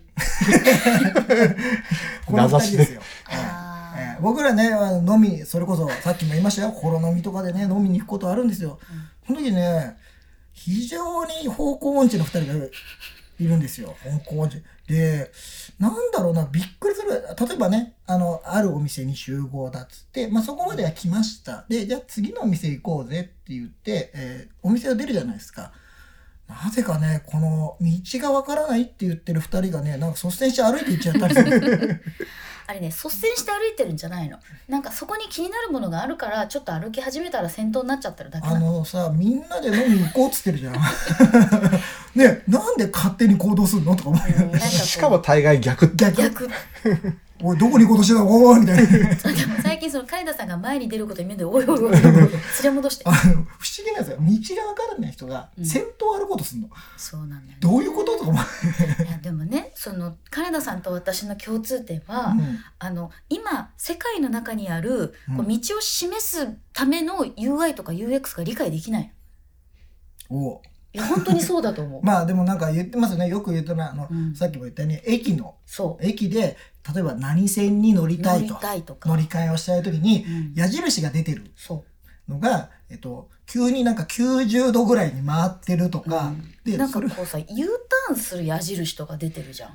このふたりですよえー、僕らね飲み、それこそさっきも言いましたよ、ホロ飲みとかでね飲みに行くことあるんですよ、うん、その時ね非常に方向音痴のふたりがいるんですよ。方向音痴で、なんだろうな、びっくりする。例えばね、あのあるお店に集合だっつって、まあ、そこまでは来ました。でじゃあ次のお店行こうぜって言って、えー、お店を出るじゃないですか。なぜかね、この道がわからないって言ってるふたりがね、なんか率先して歩いて行っちゃったりするあれね、率先して歩いてるんじゃないの。なんかそこに気になるものがあるからちょっと歩き始めたら先頭になっちゃってるだけなの。 あのさ、みんなで飲みに行こうっつってるじゃんね、なんで勝手に行動するのとか思うよ、うん、 しかも大概逆逆逆おいどこに行こうとしてたのおーみたいなでも最近その金田さんが前に出ることに見るんでおいおいおい連れ戻してあの不思議なんですよ。道が分からない人が先頭を歩こうとするの、うん、 そうなんだよ、ね、 どういうこととか思ういやでもね、その金田さんと私の共通点は、うん、あの今世界の中にある、うん、こう道を示すための ユーアイ とか ユーエックス が理解できない。 おいや本当にそうだと思うまあでもなんか言ってますよね、よく言うとな、あの、うん、さっきも言ったように駅のそう駅で例えば何線に乗りたいと、 乗りたいとか乗り換えをしたい時に、うん、矢印が出てるのが、えっと、急になんかきゅうじゅうどぐらいに回ってるとか、 うん、でなんかこうさ U ターンする矢印とか出てるじゃん。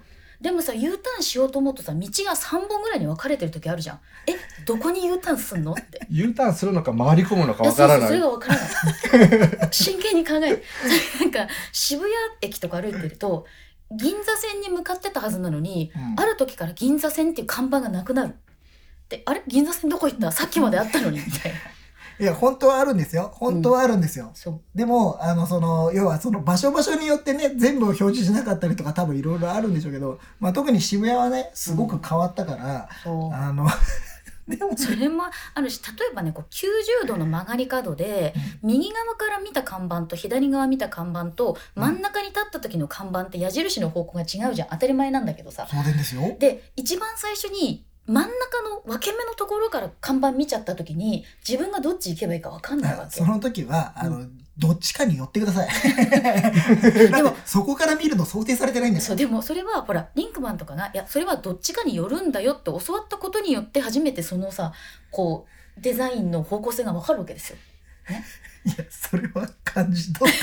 でもさ U ターンしようと思うとさ道がさんぼんぐらいに分かれてる時あるじゃん。えどこに U ターンすんのって U ターンするのか回り込むのか分からない。 いやそうそうそれが分からない真剣に考えるなんか渋谷駅とか歩いてると銀座線に向かってたはずなのに、うん、ある時から銀座線っていう看板がなくなる。であれ銀座線どこ行ったさっきまであったのにみたいな。 いや本当はあるんですよ本当はあるんですよ、うん、でもあのその要はその場所場所によってね全部を表示しなかったりとか多分いろいろあるんでしょうけど、まあ、特に渋谷はねすごく変わったから、うん、あのでもそれもあるし例えばねこうきゅうじゅうどの曲がり角で、うん、右側から見た看板と左側見た看板と真ん中に立った時の看板って矢印の方向が違うじゃん。当たり前なんだけどさ。 そうですよ。 で一番最初に真ん中の分け目のところから看板見ちゃった時に自分がどっち行けばいいか分かんないわけ。 その時はあの、うん、どっちかに寄ってくださいでもそこから見るの想定されてないんだよ。 そうでもそれはほらリンクマンとかがいやそれはどっちかに寄るんだよって教わったことによって初めてそのさこうデザインの方向性が分かるわけですよ、ね、 いやそれは感じ取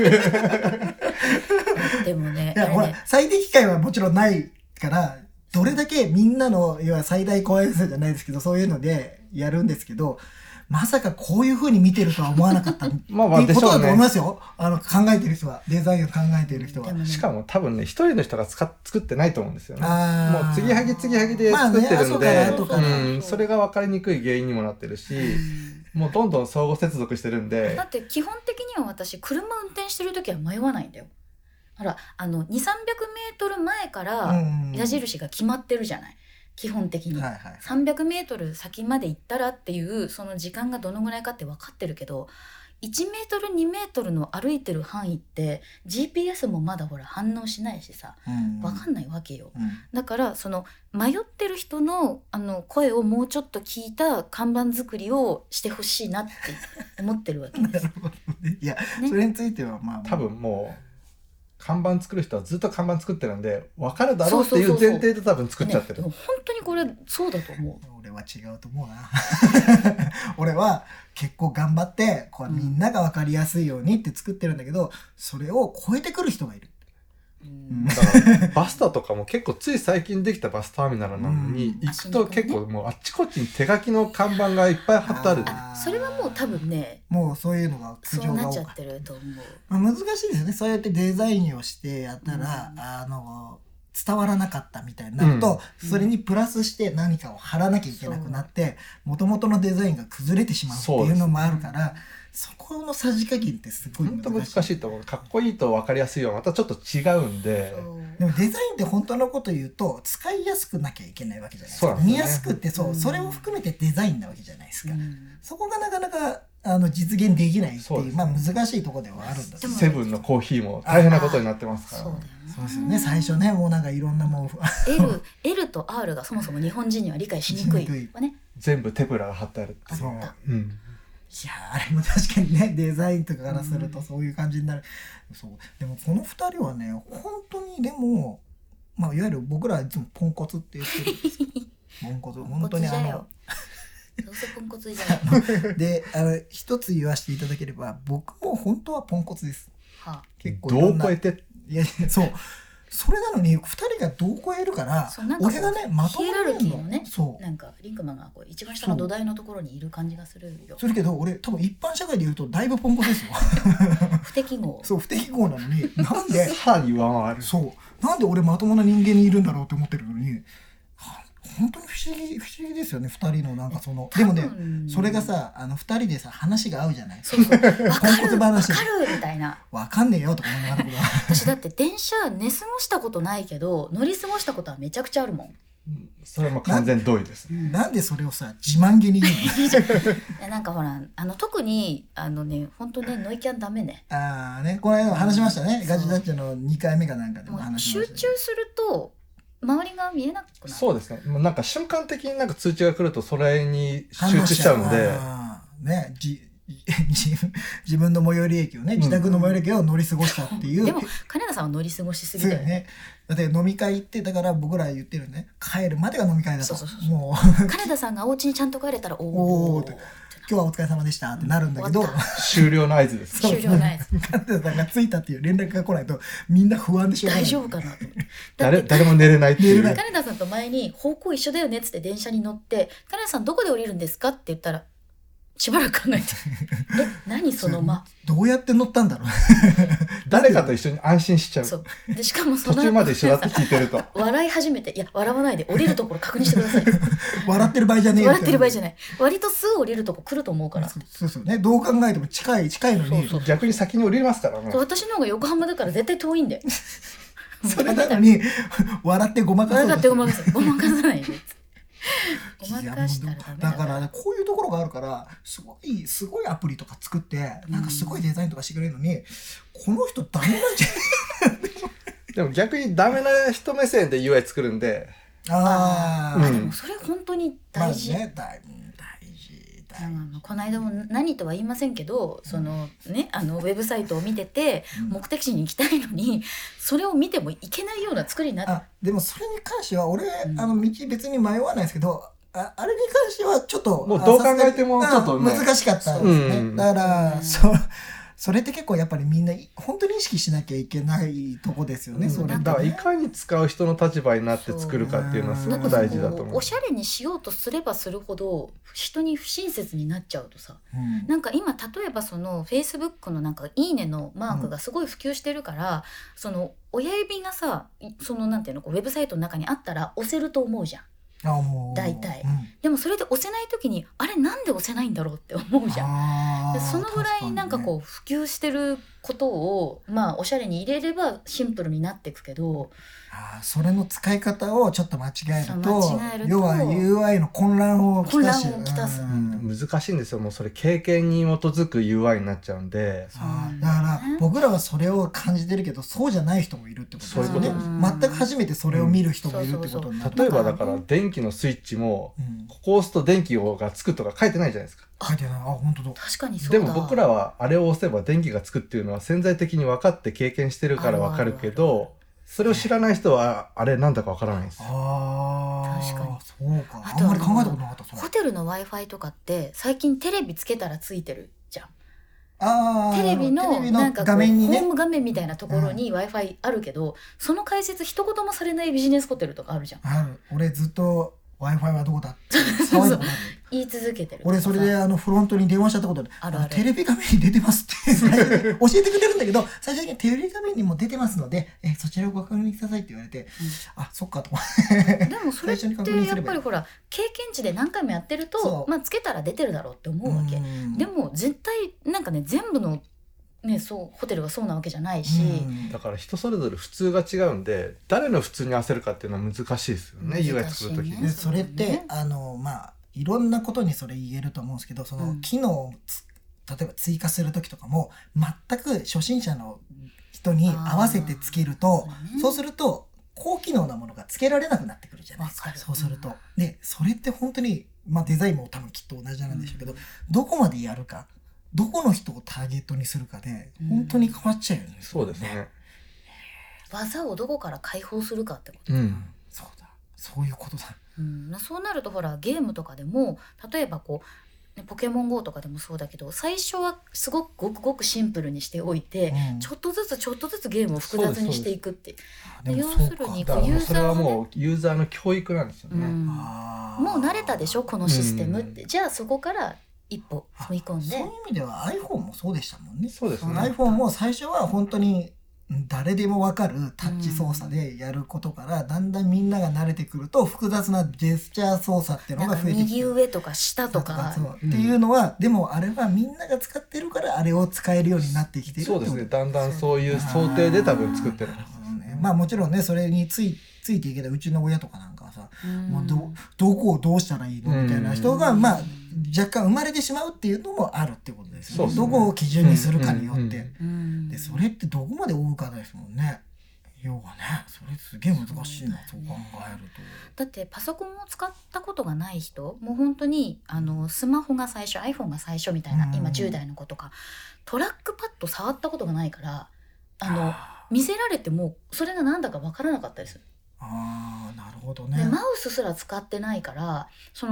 ってでもねいや、ね、ほら最適解はもちろんないからどれだけみんなの要は最大公演数じゃないですけどそういうのでやるんですけどまさかこういう風に見てるとは思わなかったっていうことだと思いますよ。あの考えてる人はデザインを考えてる人は、 ね、しかも多分ね一人の人が使っ作ってないと思うんですよね。もう継ぎはぎ継ぎはぎで作ってるので、まあね、うん、それが分かりにくい原因にもなってるしもうどんどん相互接続してるんで。 だって基本的には私車運転してる時は迷わないんだよ。ほらあのにせんさんびゃくメートル前から矢印が決まってるじゃない、基本的に、はいはい、さんびゃくメートル先まで行ったらっていうその時間がどのぐらいかって分かってるけどいちメートルにメートルの歩いてる範囲って ジーピーエス もまだほら反応しないしさ分かんないわけよ、うん、だからその迷ってる人の、あの声をもうちょっと聞いた看板作りをしてほしいなって思ってるわけですなるほどね。いや、ね、それについてはまあ多分もう看板作る人はずっと看板作ってるんで分かるだろうっていう前提で多分作っちゃってる。 ね、本当にこれそうだと思う。 俺は違うと思うな俺は結構頑張ってこうみんなが分かりやすいようにって作ってるんだけど、うん、それを超えてくる人がいる。 うん、だからバスタとかも結構つい最近できたバスターミナルなのに、うん、行くと結構もうあっちこっちに手書きの看板がいっぱい貼ってある。 あそれはもう多分ねもうそういうのが苦情が多かった。 そうなっちゃってると思う、 まあ、難しいですよね。そうやってデザインをしてやったら、うん、あの伝わらなかったみたいになると、うん、それにプラスして何かを貼らなきゃいけなくなって元々のデザインが崩れてしまうっていうのもあるから、そこのさじ加減ってすごい難しい。 本当難しいと思う。かっこいいと分かりやすいはまたちょっと違うんで。 でもデザインって本当のこと言うと使いやすくなきゃいけないわけじゃないですか。そうですね、見やすくってそう、うん、それを含めてデザインなわけじゃないですか、うん、そこがなかなかあの実現できないっていう、う、ね、まあ難しいところではあるんだ。 セブンのコーヒーも大変なことになってますから。 そうだよね。 そうですよね。最初ねもうなんかいろんなもう L, L と R がそもそも日本人には理解しにくい、ね、 全部テプラが貼ってあるっていう。 そう、うん、いやあれも確かにねデザインとかからするとそういう感じになる、うん、そうでもこのふたりはね本当にでも、まあ、いわゆる僕らはいつもポンコツって言ってるんですけどポンコツ本当にあのどうせポンコツじゃないであの一つ言わせていただければ僕も本当はポンコツです、 はあ、結構どう超えていやそうそれなのにふたりがどう超えるから俺がねまとめるのヒエラルキーのねそうなんかリンクマンがこう一番下の土台のところにいる感じがするよ。 するけど俺多分一般社会で言うとだいぶポンコツですよ不適合そう不適合なのになんでさらに上回る。 そうなんで俺まともな人間にいるんだろうって思ってるのに本当に不思議不思議ですよねふたりのなんかそのでもねそれがさあのふたりでさ話が合うじゃない。 そうそう分かるポンコツ話分かるみたいな分かんねえよとか思いながら私だって電車寝過ごしたことないけど乗り過ごしたことはめちゃくちゃあるもん。 それはもう完全同意です。 な, なんでそれをさ自慢げに言うのなんかほらあの特にあのね本当ねノイキャンダメね。 ああねこれ話しましたね、うん、ガジダッチのにかいめかなんかでも話しました、ね、 集中すると周りが見えなくなる。 そうですね。もうなんか瞬間的になんか通知が来るとそれに集中しちゃうんで、 ね、じ自分の最寄り駅をね、自宅の最寄り駅を乗り過ごしたっていう、うん、 でも金田さんは乗り過ごしすぎだよね, ねだって飲み会行ってだから僕ら言ってるね帰るまでが飲み会だと。 そうそうそうもう金田さんがお家にちゃんと帰れたらおーってな今日はお疲れ様でしたってなるんだけど、 終わ終了の合図です。 そう終了ないですカンテさんが着いたっていう連絡が来ないとみんな不安でしょうがない。 大丈夫かなと思って。だって誰誰も寝れないっていう。 寝れない金田さんと前に方向一緒だよねっつって電車に乗って「金田さんどこで降りるんですか?」って言ったらしばらく考えて「え何その間どうやって乗ったんだろう。 誰かと一緒に安心しちゃう。 そうでしかもその途中まで一緒だって聞いてると。 笑い始めて「いや笑わないで降りるところ確認してください」 笑ってる場合じゃねえよ笑ってる場合じゃない。 ない割とすぐ降りるとこ来ると思うからそうそうそうね、どう考えても近い近いのにそうそう逆に先に降りますからね。 私の方が横浜だから絶対遠いんだよそれなのに笑ってごまかそう笑とってしてごまかすごまかさないでごまいやかしたらダメだだからね、こういうところがあるからすごいすごいアプリとか作ってなんかすごいデザインとかしてくれるのに、この人ダメなんじでも逆にダメな人目線で ユーアイ 作るんで、 ゃないあー、 うんでもそれ本当に大事、 まあね、大大事大事、 うんこの間も何とは言いませんけどその、ね、あのウェブサイトを見ててうん目的地に行きたいのにそれを見てもいけないような作りになってあでもそれに関しては俺、 うんあの道別に迷わないですけど、ああれに関してはちょっともうどう考えてもあちょっとね難しかったんですね、 うんだから、 うんそそれって結構やっぱりみんな本当に意識しなきゃいけないとこですよね、 うんそれってだからいかに使う人の立場になって作るかっていうのはすごく大事だと思う。 おしゃれにしようとすればするほど人に不親切になっちゃうとさうんなんか今例えばそのフェイスブックのなんかいいねのマークがすごい普及してるから、その親指がさいそのなんていうのこうウェブサイトの中にあったら押せると思うじゃん。 あもう大体うんでもそれで押せない時にあれなんで押せないんだろうって思うじゃん。 あーでそのぐらいなんかこう普及してることをまあおしゃれに入れればシンプルになっていくけどあーそれの使い方をちょっと間違えるとそう間違えると要は ユーアイ の混乱をきたし混乱をきたすうん難しいんですよ。もうそれ経験に基づく ユーアイ になっちゃうんで。 そうなんだからだよね僕らはそれを感じてるけどそうじゃない人もいるってことですよね。 そういうこと全く初めてそれを見る人もいるってことになる。 例えばだから電気のスイッチもうんここを押すと電気がつくとか書いてないじゃないですか。 書いてない。あ本当だ。 確かにそうだ。 でも僕らはあれを押せば電気がつくっていうのは潜在的に分かって経験してるから分かるけあるあるあるど、それを知らない人はあれなんだか分からないんですよ。 ああ確かにそうか。 あとあんまり考えたことなかった。そうホテルの Wi-Fi とかって最近テレビつけたらついてるじゃん。 あーテレビのテレビなんかこう画面にねホーム画面みたいなところに Wi-Fi あるけど、その解説一言もされないビジネスホテルとかあるじゃん。 ある。俺ずっと Wi-Fi はどこだって騒いだことある。 言い続けてる。 俺それであのフロントに電話しちゃったことであるあるテレビ画面に出てますって最初に教えてくれるんだけど最初にテレビ画面にも出てますのでえそちらをご確認くださいって言われて、あそっかと思ってでもそれって最初に確認すやればいいっぱりほら経験値で何回もやってるそうとまあつけたら出てるだろうって思うわけ。 うんでも絶対なんかね全部のねそうホテルがそうなわけじゃないし、 うんだから人それぞれ普通が違うんで誰の普通に合わせるかっていうのは難しいですよね。 ユーアイ 作るときにで難しいねそれって、 そうだねあのまあいろんなことにそれ言えると思うんですけどその、 うん機能をつ例えば追加する時とかも全く初心者の人に合わせてつけるとあーそうすると高機能なものがつけられなくなってくるじゃないですか。 わかるそうすると、でそれって本当に、まあ、デザインも多分きっと同じなんでしょうけど、どこまでやるかどこの人をターゲットにするかでうん本当に変わっちゃうよね。 そうですね。 技をどこから解放するかってこと。 うん。 そうだそういうことだ。 うん、そうなるとほらゲームとかでも例えばこう、ね、ポケモン ゴー とかでもそうだけど最初はすごくごくごくシンプルにしておいて、 うんちょっとずつちょっとずつゲームを複雑にしていくってでも要そうかするにだからもうそれはユーザーはねもうユーザーの教育なんですよね。 うんあーもう慣れたでしょこのシステムって、 うじゃあそこから一歩踏み込んでそういう意味では iPhone もそうでしたもんね。 そうですね。 iPhone も最初は本当に誰でも分かるタッチ操作でやることから、だんだんみんなが慣れてくると複雑なジェスチャー操作っていうなんかのが増えてきて右上とか下とかそうっていうのは、でもあれはみんなが使ってるからあれを使えるようになってきてるってことそうですね。だんだんそういう想定で多分作ってるんです。 ねまあもちろんねそれについついていけたうちの親とかなんかはさ、 うんもうどどこをどうしたらいいのみたいな人が、 うんまあ若干生まれてしまうっていうのもあるってことですよね。 そうですねどこを基準にするかによって、 うんうんうんうんでそれってどこまで追うかですもんね。要はねそれすげえ難しいなそう考えると。 だってパソコンを使ったことがない人もう本当にあのスマホが最初 iPhone が最初みたいな、 うん今じゅう代の子とかトラックパッド触ったことがないからあのあ見せられてもそれがなんだかわからなかったりする、 あーなるほどでね。 マウスすら使ってないからその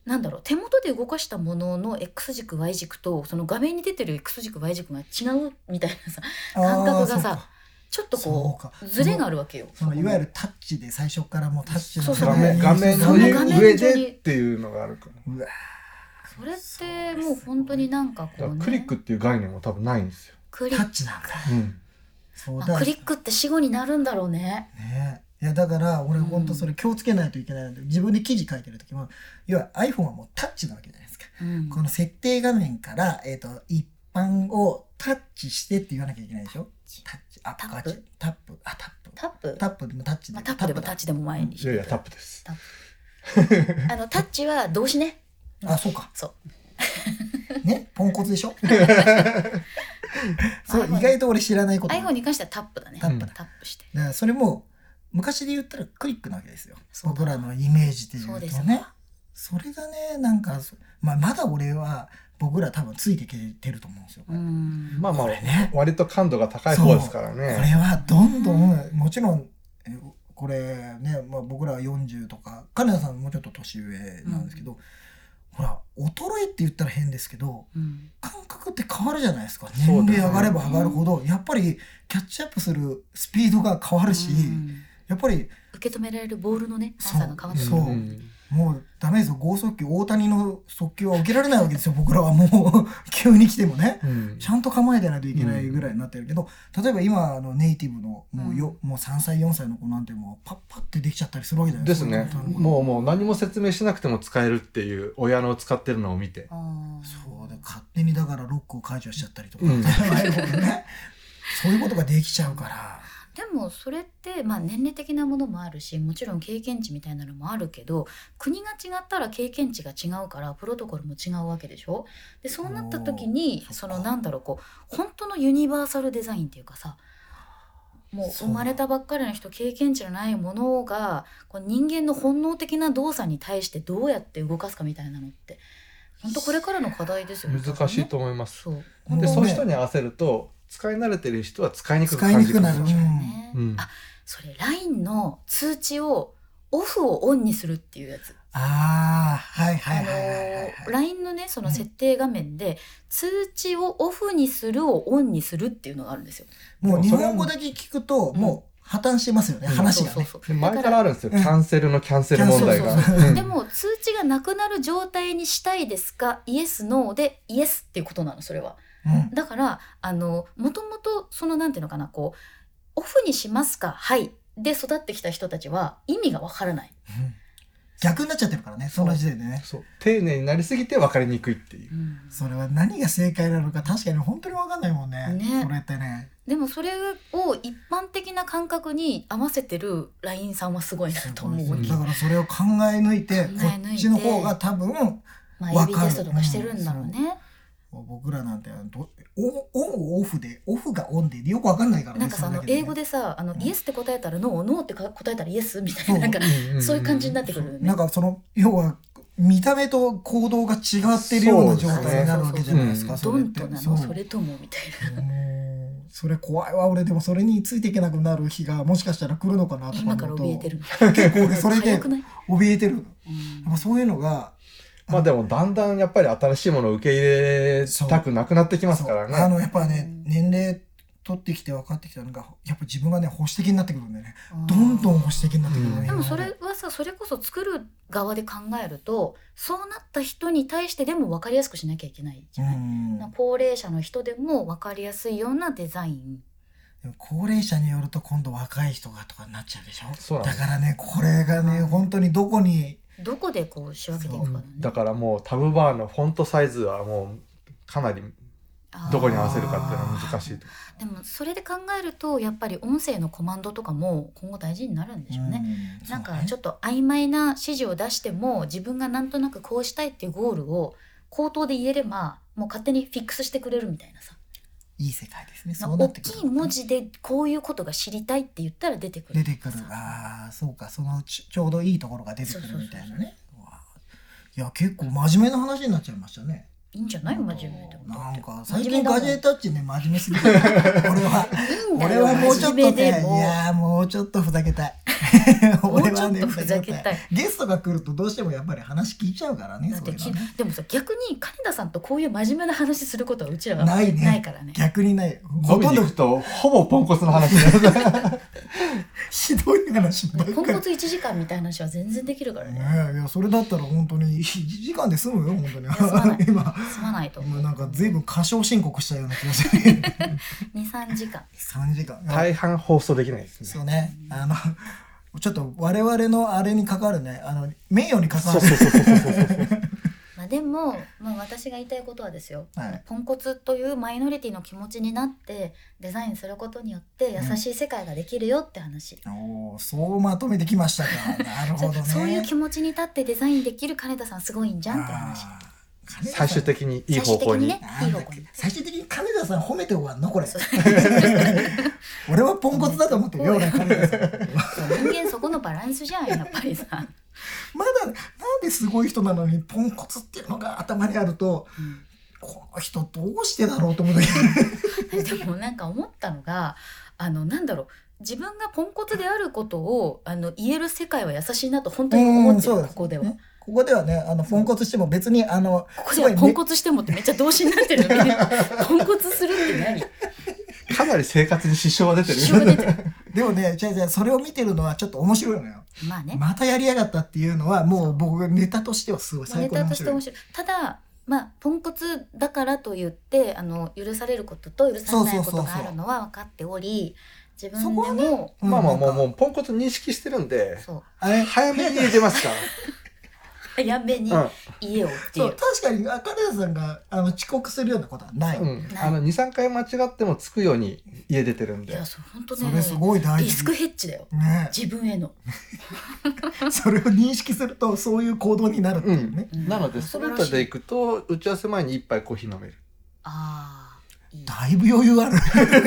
なんだろう手元で動かしたものの X 軸 Y 軸とその画面に出てる X 軸 Y 軸が違うみたいなさ感覚がさちょっとこうズレがあるわけよ。 そのいわゆるタッチで最初からもうタッチのそうそう画面、画面の上でっていうのがあるから。 うわそれってもう本当になんかこう、ね、 クリックっていう概念も多分ないんですよ。 クリタッチなんだ、 うん、 そうだ、 まあ、クリックって死後になるんだろうね。 ねいやだから俺本当それ気をつけないといけないので、うん、自分で記事書いてる時も要は iPhone はもうタッチなわけじゃないですか、うん、この設定画面から、えーと、一般をタッチしてって言わなきゃいけないでしょ。タッチあタップタップあタップタップタップでもタッチで、 まあ、タップでもタッチでも前にいやいやタップですタップあのタッチは動詞ね、 うん、あそうかそうねポンコツでしょそう意外と俺知らないこと iPhone に関してはタップだね。 タップだ、 タップしてだからそれも昔で言ったらクリックなわけですよ。僕らのイメージで言うとね。それがねなんか、まあ、まだ俺は僕ら多分ついていけてると思うんですよ。 うんまあまあ、 ね、 割と感度が高い方ですからね。 これはどんどんもちろんこれね、まあ、僕らはよんじゅうとか金田さんもうちょっと年上なんですけど、うん、ほら衰えって言ったら変ですけど、うん、感覚って変わるじゃないですか。年齢上がれば上がるほど、やっぱりキャッチアップするスピードが変わるし、うん、やっぱり受け止められるボールのね速さが変わってくる。 そう、うんもうダメですよ。剛速球大谷の速球は受けられないわけですよ。僕らはもう急に来てもね、うん、ちゃんと構えてないといけないぐらいになってるけど、うん、例えば今のネイティブのもうよ、うん、もうさんさいよんさいの子なんてもうパッパッってできちゃったりするわけじゃないですか。 ですね。もうもう何も説明しなくても使えるっていう親の使ってるのを見て、 そうで勝手にだからロックを解除しちゃったりとか、うん、ね、そういうことができちゃうから。 でもそれって、まあ、年齢的なものもあるしもちろん経験値みたいなのもあるけど国が違ったら経験値が違うからプロトコルも違うわけでしょ。でそうなった時にそのなんだろうこう本当のユニバーサルデザインっていうかさもう生まれたばっかりの人経験値のないものがこう人間の本能的な動作に対してどうやって動かすかみたいなのって本当これからの課題ですよね。 難しいと思います。 そうでそういう人に合わせると使い慣れてる人は使いにくく感じるかもしれない、 うん、あそれ ライン の通知をオフをオンにするっていうやつ。 ああはいはいはいはい、はい、 ライン のねその設定画面で、うん、通知をオフにするをオンにするっていうのがあるんですよ。 もう日本語だけ聞くともう破綻してますよね、うん、話がね。そうそうそう前からあるんですよ、キャンセルのキャンセル問題が。 でも通知がなくなる状態にしたいですかイエスノーでイエスっていうことなのそれは。うん、だからあのもともとそのなんていうのかなこうオフにしますかはいで育ってきた人たちは意味がわからない、うん、 逆になっちゃってるからねその時点でね。 そう丁寧になりすぎて分かりにくいっていう、うん、 それは何が正解なのか確かに本当に分かんないもん ね, ねそれってね。 でもそれを一般的な感覚に合わせてる ライン さんはすごいなと思う。 だからそれを考え抜いてこっちの方が多分分かる。 まあ、エービー テストとかしてるんだろうね、 うん、僕らなんてどオンオフでオフがオンでよくわかんないからね。 なんかさ、ね、英語でさあの、うん、イエスって答えたらノーノーって答えたらイエスみたいな、なんかそういう感じになってくるよね。 なんかその要は見た目と行動が違ってるような状態になるわけじゃないですか。 ドンとなのそれともみたいな。 それ怖いわ。俺でもそれについていけなくなる日がもしかしたら来るのかなとか思うと今から怯えてる結構それで怯えてる、うん、やっぱそういうのがまあでもだんだんやっぱり新しいものを受け入れたくなくなってきますからね。 あのやっぱね、うん、年齢取ってきて分かってきたのがやっぱ自分がね保守的になってくるんだよね。どんどん保守的になってくる、ね、 でもそれはさそれこそ作る側で考えるとそうなった人に対してでも分かりやすくしなきゃいけないじゃない。高齢者の人でも分かりやすいようなデザイン。 でも高齢者によると今度若い人がとかになっちゃうでしょ。そうだからねこれがね、うん、本当にどこにどこでこう仕分けていくかだね。 だからもうタブバーのフォントサイズはもうかなりどこに合わせるかっていうのは難しいと。 でもそれで考えるとやっぱり音声のコマンドとかも今後大事になるんでしょうね。うん、なんかちょっと曖昧な指示を出しても自分がなんとなくこうしたいっていうゴールを口頭で言えればもう勝手にフィックスしてくれるみたいなさ。 いい世界ですね。そうなってくる。 大きい文字でこういうことが知りたいって言ったら出てくる。 出てくる。ああ、そうか。そのちょうどいいところが出てくるみたいなね。いや結構真面目な話になっちゃいましたね。 いいんじゃない？真面目でも。 なんか最近ガジェタッチね真面目すぎる。俺は俺はもうちょっとねいやもうちょっとふざけたい。 俺はねもうちょっとふざけたい。 ゲストが来るとどうしてもやっぱり話聞いちゃうからね。 だってそういうのねでもさ逆に金田さんとこういう真面目な話することはうちらはないねないからね。 逆にない。 飲みに行くとほぼポンコツの話になるひどい話ばっかり。 ポンコツいちじかんみたいな話は全然できるからね。 ねえ、いやそれだったら本当にいちじかんで済むよ本当に。 いや済まない今すまないと思う。 今なんか随分過小申告したような気がする。 にさんじかん。 さんじかん。 大半放送できないですね。 そうね。あのちょっと我々のあれに関わるね、あの名誉に関わる。 そうそうそうそうそうそうまあでも、まあ、私が言いたいことはですよ、 はいポンコツというマイノリティの気持ちになってデザインすることによって優しい世界ができるよって話、 おー、そうまとめてきましたか。なるほどね。 そういう気持ちに立ってデザインできる金田さんすごいんじゃんって話。 あー金田さん最終的にいい方向に。 最終的にねいい方向に最終的に金田さん褒めて終わんのこれ。俺はポンコツだと思ってるよ俺金田さん。 そう人間そこのバランスじゃんやっぱりさ、 まだなんですごい人なのにポンコツっていうのが頭にあると、 うん、 この人どうしてだろうと思うけど。 でもなんか思ったのがあのなんだろう自分がポンコツであることをあの言える世界は優しいなと本当に思ってる、 うんそうですここでは、 ねここではね、あのポンコツしても別にあのここではポンコツしてもってめっちゃ動詞になってるのにポンコツするって何かなり生活に支障は出てる。 支障が出てるでもね、違う違う、それを見てるのはちょっと面白いのよ。 まあね、 またやりやがったっていうのはもう僕がネタとしてはすごい最ネタ高に面白い。 として面白い。ただまあポンコツだからといってあの許されることと許されないことがあるのは分かっており、自分でも、 ねうんまあまあもうなんかもうポンコツ認識してるんで、 そうあれ早めに入れますから。 早めにうん家をっていう、 そう確かに金田さんがあの遅刻するようなことはない、 うん、あのにさんかい間違っても着くように家出てるんでいや。そう本当ねそれすごい大事リスクヘッジだよね。 自分への。 それを認識するとそういう行動になるっていうね、 うんなのでストレートで行くと打ち合わせ前に一杯コーヒー飲める。 ああいい。 だいぶ余裕ある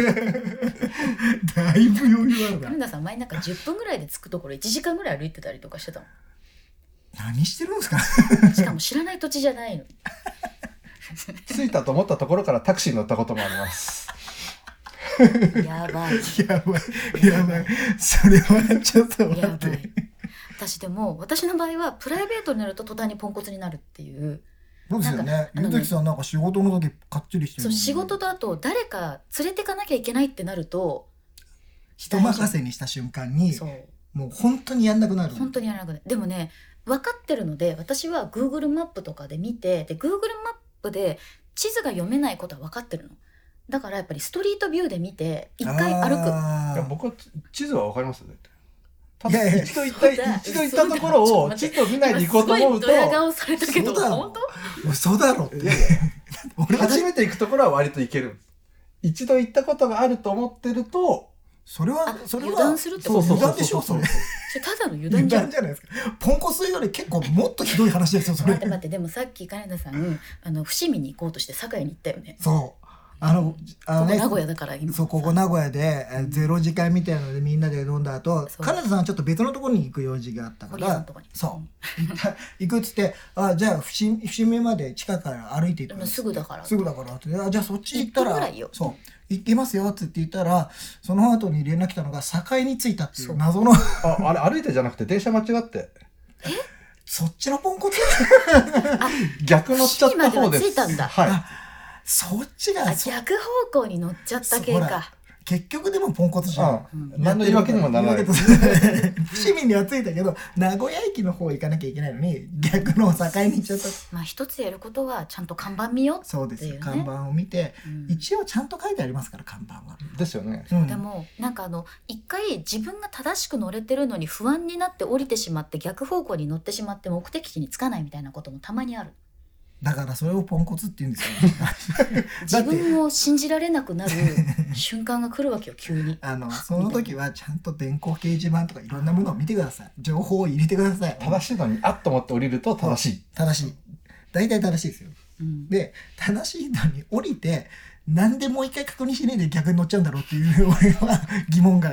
だいぶ余裕あるな。 金田さん前なんかじゅっぷんぐらいで着くところいちじかんぐらい歩いてたりとかしてたも何してるんですかん。しかも知らない土地じゃないのに。 着いたと思ったところからタクシーに乗ったこともあります。 やばいやばいやばい、それはちょっと待やばいって。 私でも私の場合はプライベートになると途端にポンコツになるっていう。 そうですよね。 なんかあのねゆずきさんなんか仕事の時かっちりしてるもんね。 そう仕事だと誰か連れてかなきゃいけないってなると人任せにした瞬間にそうもう本当にやんなくなる。 本当にやらなくない。でもね分かってるので私は Google マップとかで見てで Google マップで地図が読めないことは分かってるの。だからやっぱりストリートビューで見て一回歩く。 あーいや僕は地図はわかりますよね。たいやいやだ一度行ったそうだ一度行ったところを地図を見ないで行こうと思うと、 今すごいドヤ顔されたけどそうだろ本当嘘だろって。 いやいや俺は初めて行くところは割と行けるんです。一度行ったことがあると思ってると、 それはあそれは油断するってそうこと油断でしょそれ。 それただの油油断じゃん断じゃないですか。ポンコツより結構もっとひどい話ですよそれ。 待って待ってでもさっき金田さんあの伏見に行こうとして堺に行ったよね。 そうあのあのねここ名古屋だから今そうここ名古屋でえーゼロ時間みたいなのでみんなで飲んだ後、 そう金田さんはちょっと別のところに行く用事があったから堀江さんのとこにそう行った行くっつってあじゃあ伏見伏見まで近くから歩いていくうんすぐだからすぐだからってあじゃあそっち行ったいっぷんぐららいよそう行きますよっつって言ったらその後に連絡来たのが堺に着いたっていそうう謎のああれ歩いてじゃなくて電車間違ってそっちのポンコツ逆乗っちゃった方です。 伏見までは着いたんだはい。 そっちがあそ逆方向に乗っちゃった系そうほらか。 結局でもポンコツじゃん。 うん何の言い訳にもならない。 伏見には着いたけど名古屋駅の方行かなきゃいけないのに逆の境に行っちゃった。 まあ一つやることはちゃんと看板見ようっていうね。 そうです、看板を見て、 うん一応ちゃんと書いてありますから看板は、 ですよね。 うんでもなんかあの一回自分が正しく乗れてるのに不安になって降りてしまって逆方向に乗ってしまって目的地に着かないみたいなこともたまにある。 だからそれをポンコツって言うんですよ自分を信じられなくなる瞬間が来るわけよ急に。 あのその時はちゃんと電光掲示板とかいろんなものを見てください。情報を入れてください。 正しいのにあっと思って降りると正しい。 正しい大体正しいですよ。 うんで正しいのに降りてなんでもう一回確認しないで逆に乗っちゃうんだろうっていう俺は疑問がある。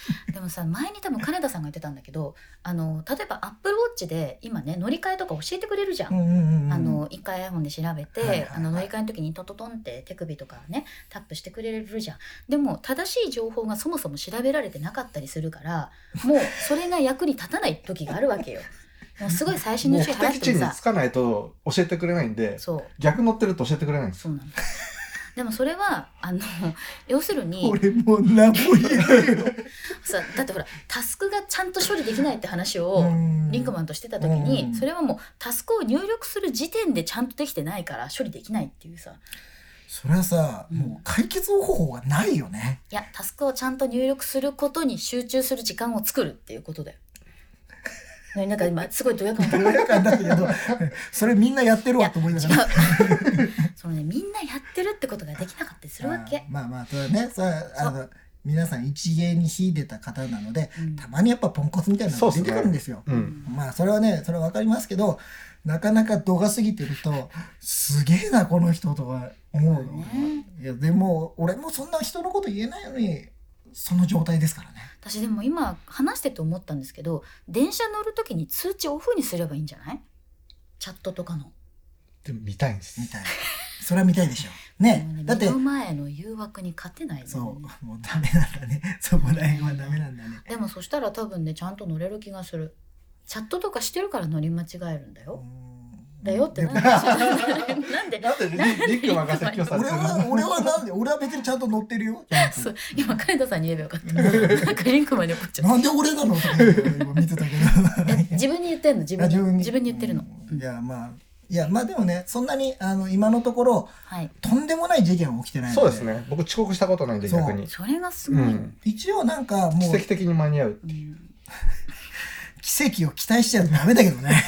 でもさ、前に多分金田さんが言ってたんだけど、あの例えばアップルウォッチで今ね乗り換えとか教えてくれるじゃん、 うんうんうん、 あの一回 iPhone で調べて、 はいはいはい、 あの乗り換えの時にトトトンって手首とかねタップしてくれるじゃん。でも正しい情報がそもそも調べられてなかったりするから、もうそれが役に立たない時があるわけよ。もうすごい最新の注意目的地に着かないと教えてくれないんで、 そう逆乗ってると教えてくれないんです。 そうなの。でもそれはあの要するに俺もう何も言えないよさ、だってほらタスクがちゃんと処理できないって話をリンクマンとしてた時に、それはもうタスクを入力する時点でちゃんとできてないから処理できないっていうさ。 それはさ、 うん、 もう解決方法がないよね。 いや、タスクをちゃんと入力することに集中する時間を作るっていうことだよ。なんか今すごいドヤ感ドヤ感だけどそれみんなやってるわと思いながらそのね、みんなやってるってことができなかったりするわけ。 あまあまあそれはね、さあの皆さん一芸に秀でた方なので、うん、たまにやっぱポンコツみたいなのが出てくるんですよ。 そうですね、 うん、まあそれはねそれは分かりますけど、なかなか度が過ぎてるとすげえなこの人とか思うの、ね、いやでも俺もそんな人のこと言えないのにその状態ですからね。 私でも今話してて思ったんですけど、電車乗るときに通知オフにすればいいんじゃない？チャットとかの。 でも見たいんです。 見たい。それは見たいでしょ。ね。 ね、 だって目の前の誘惑に勝てない、ね、 そうもうダメなんだね。そこら辺はダメなんだね。 でもそしたら多分ねちゃんと乗れる気がする。チャットとかしてるから乗り間違えるんだよ。だよってなんでなんでなんでリンクマンが説教されてるの？ 俺は俺はなんで俺は別にちゃんと乗ってるよ。 そう今金田さんに言えばよかった。なんかリンクマンに怒っちゃった。 なんで俺なのって今見てたけど。 自分に言ってんの自分に自分に言ってるの。 うん、いやまあいやまあでもねそんなにあの今のところ、はい、とんでもない事件は起きてないので。 そうですね。僕遅刻したことないんで逆に。 それがすごい、うん。 一応なんかもう奇跡的に間に合う。うん、 奇跡を期待しちゃダメだけどね。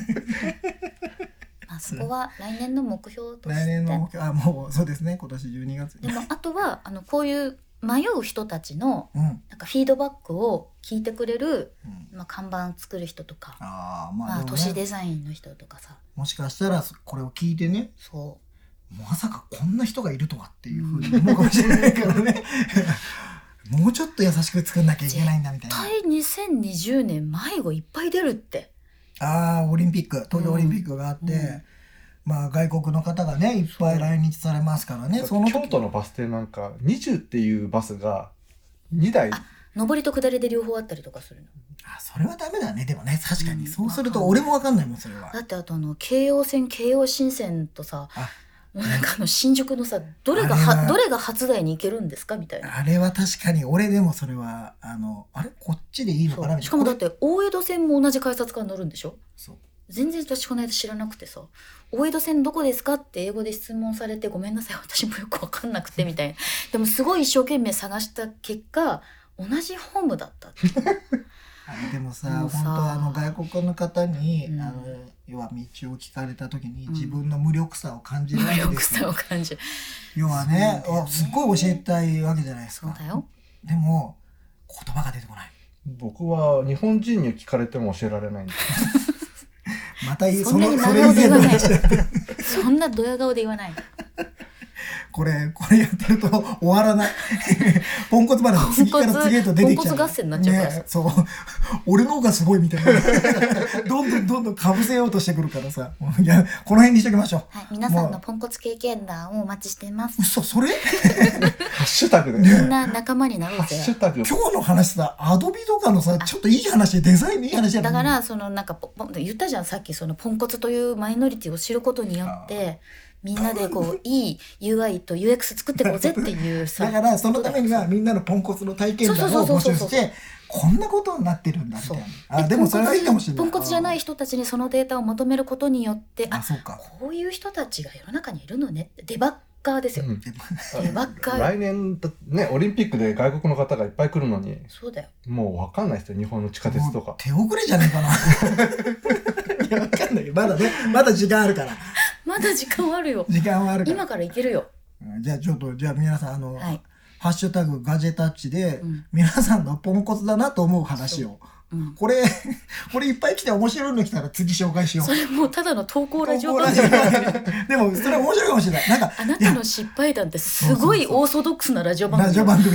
あそこは来年の目標として。 来年の目標あもうそうですね今年じゅうにがつに。 でもあとはあのこういう迷う人たちの、 うん、 なんかフィードバックを聞いてくれる、うんまあ、看板作る人とか、 あ、まあまあ、都市デザインの人とかさ、 もしかしたらこれを聞いてね、 そうまさかこんな人がいるとはっていうふうに思うかもしれないからねもうちょっと優しく作んなきゃいけないんだみたいな。 絶対にせんにじゅうねん迷子いっぱい出るって。 ああオリンピック東京オリンピックがあって、うんうんまあ外国の方がねいっぱい来日されますからね。 その京都のバス停なんかにじゅうっていうバスがにだい上りと下りで両方あったりとかするの。 あそれはダメだね。でもね確かに、うん、そうすると俺も分かんないもんそれは。 だってあとあの京王線京王新線とさなんかあの新宿のさどれがはどれが初台に行けるんですかみたいな。 あれは確かに俺でもそれはあのあれこっちでいいのかなみたいな。 しかもだって大江戸線も同じ改札から乗るんでしょ。 そう全然私この間知らなくてさ大江戸線どこですかって英語で質問されてごめんなさい私もよく分かんなくてみたいなでもすごい一生懸命探した結果同じホームだったってあれでもさ本当あの外国の方に、うん、あの要は道を聞かれた時に自分の無力さを感じるわけですよ、 無力さを感じる要は ね, ねすっごい教えたいわけじゃないですか。 そうだよ。 でも言葉が出てこない。 僕は日本人に聞かれても教えられないんですまたそんなに真顔で言わないそんなドヤ顔で言わないこれこれやってると終わらないポンコツ話次から次へと出てきちゃう。 ポンコツ合戦になっちゃうから、 ね、そう俺の方がすごいみたいなどんどんどんどんかぶせようとしてくるからさいやこの辺にしときましょう。 はい、皆さんのポンコツ経験談をお待ちしています。 嘘それハッシュタグで、 ね、みんな仲間になろうぜ。 ハッシュタグ今日の話さアドビとかのさちょっといい話デザインのいい話だからそのなんかポポ言ったじゃんさっきそのポンコツというマイノリティを知ることによってみんなでこういい ユーアイ と ユーエックス 作っていこうぜっていうさだからそのためにはみんなのポンコツの体験談を募集してこんなことになってるんだみたいな。あでもそれはいいかもしれない。 ポンコツじゃない人たちにそのデータを求めることによってああそうかこういう人たちが世の中にいるのねってデバッカーですよ、うん、デバッカー。 来年ねオリンピックで外国の方がいっぱい来るのにそうだよもう分かんないですよ日本の地下鉄とか。 手遅れじゃねえかないや分かんないまだねまだ時間あるからまだ時間はあるよ。 時間はあるから今から行けるよ。 じゃあちょっとじゃあ皆さんあの、 はい、 ハッシュタグガジェタッチで、うん、皆さんのポンコツだなと思う話を、うん、これこれいっぱい来て面白いの来たら次紹介しよう。 それもうただの投稿ラジオ番組でもそれ面白いかもしれない。なんかあなたの失敗談ってすごいオーソドックスなラジオ番組。 ラジオ番組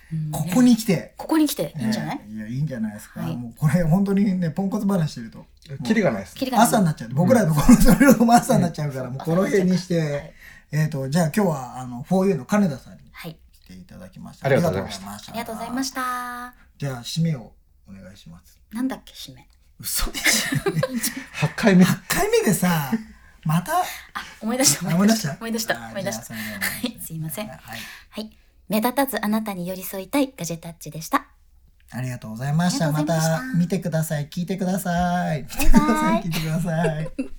うんここに来て、 ここに来ていいんじゃない？ ね、いやいいんじゃないですか、 はい、 もうこれ本当にねポンコツ話してるとキリがないです、ね、 朝になっちゃう、僕らのこのそれも朝になっちゃうから、うん、もうこの辺にして、はい、えっ、ー、とじゃあ今日はあの フォーユー の金田さんに来ていただきました、 はい、ありがとうございました。 ありがとうございました。 じゃあ締めをお願いします。 なんだっけ締め。 嘘でしょはちかいめはちかいめでさまたあ思い出した思い出した思い出した思い出したはいすいません、はい、はい、目立たずあなたに寄り添いたいガジェタッチでした。 ありがとうございました。また見てください、聞いてください、 バイバイ聞いてください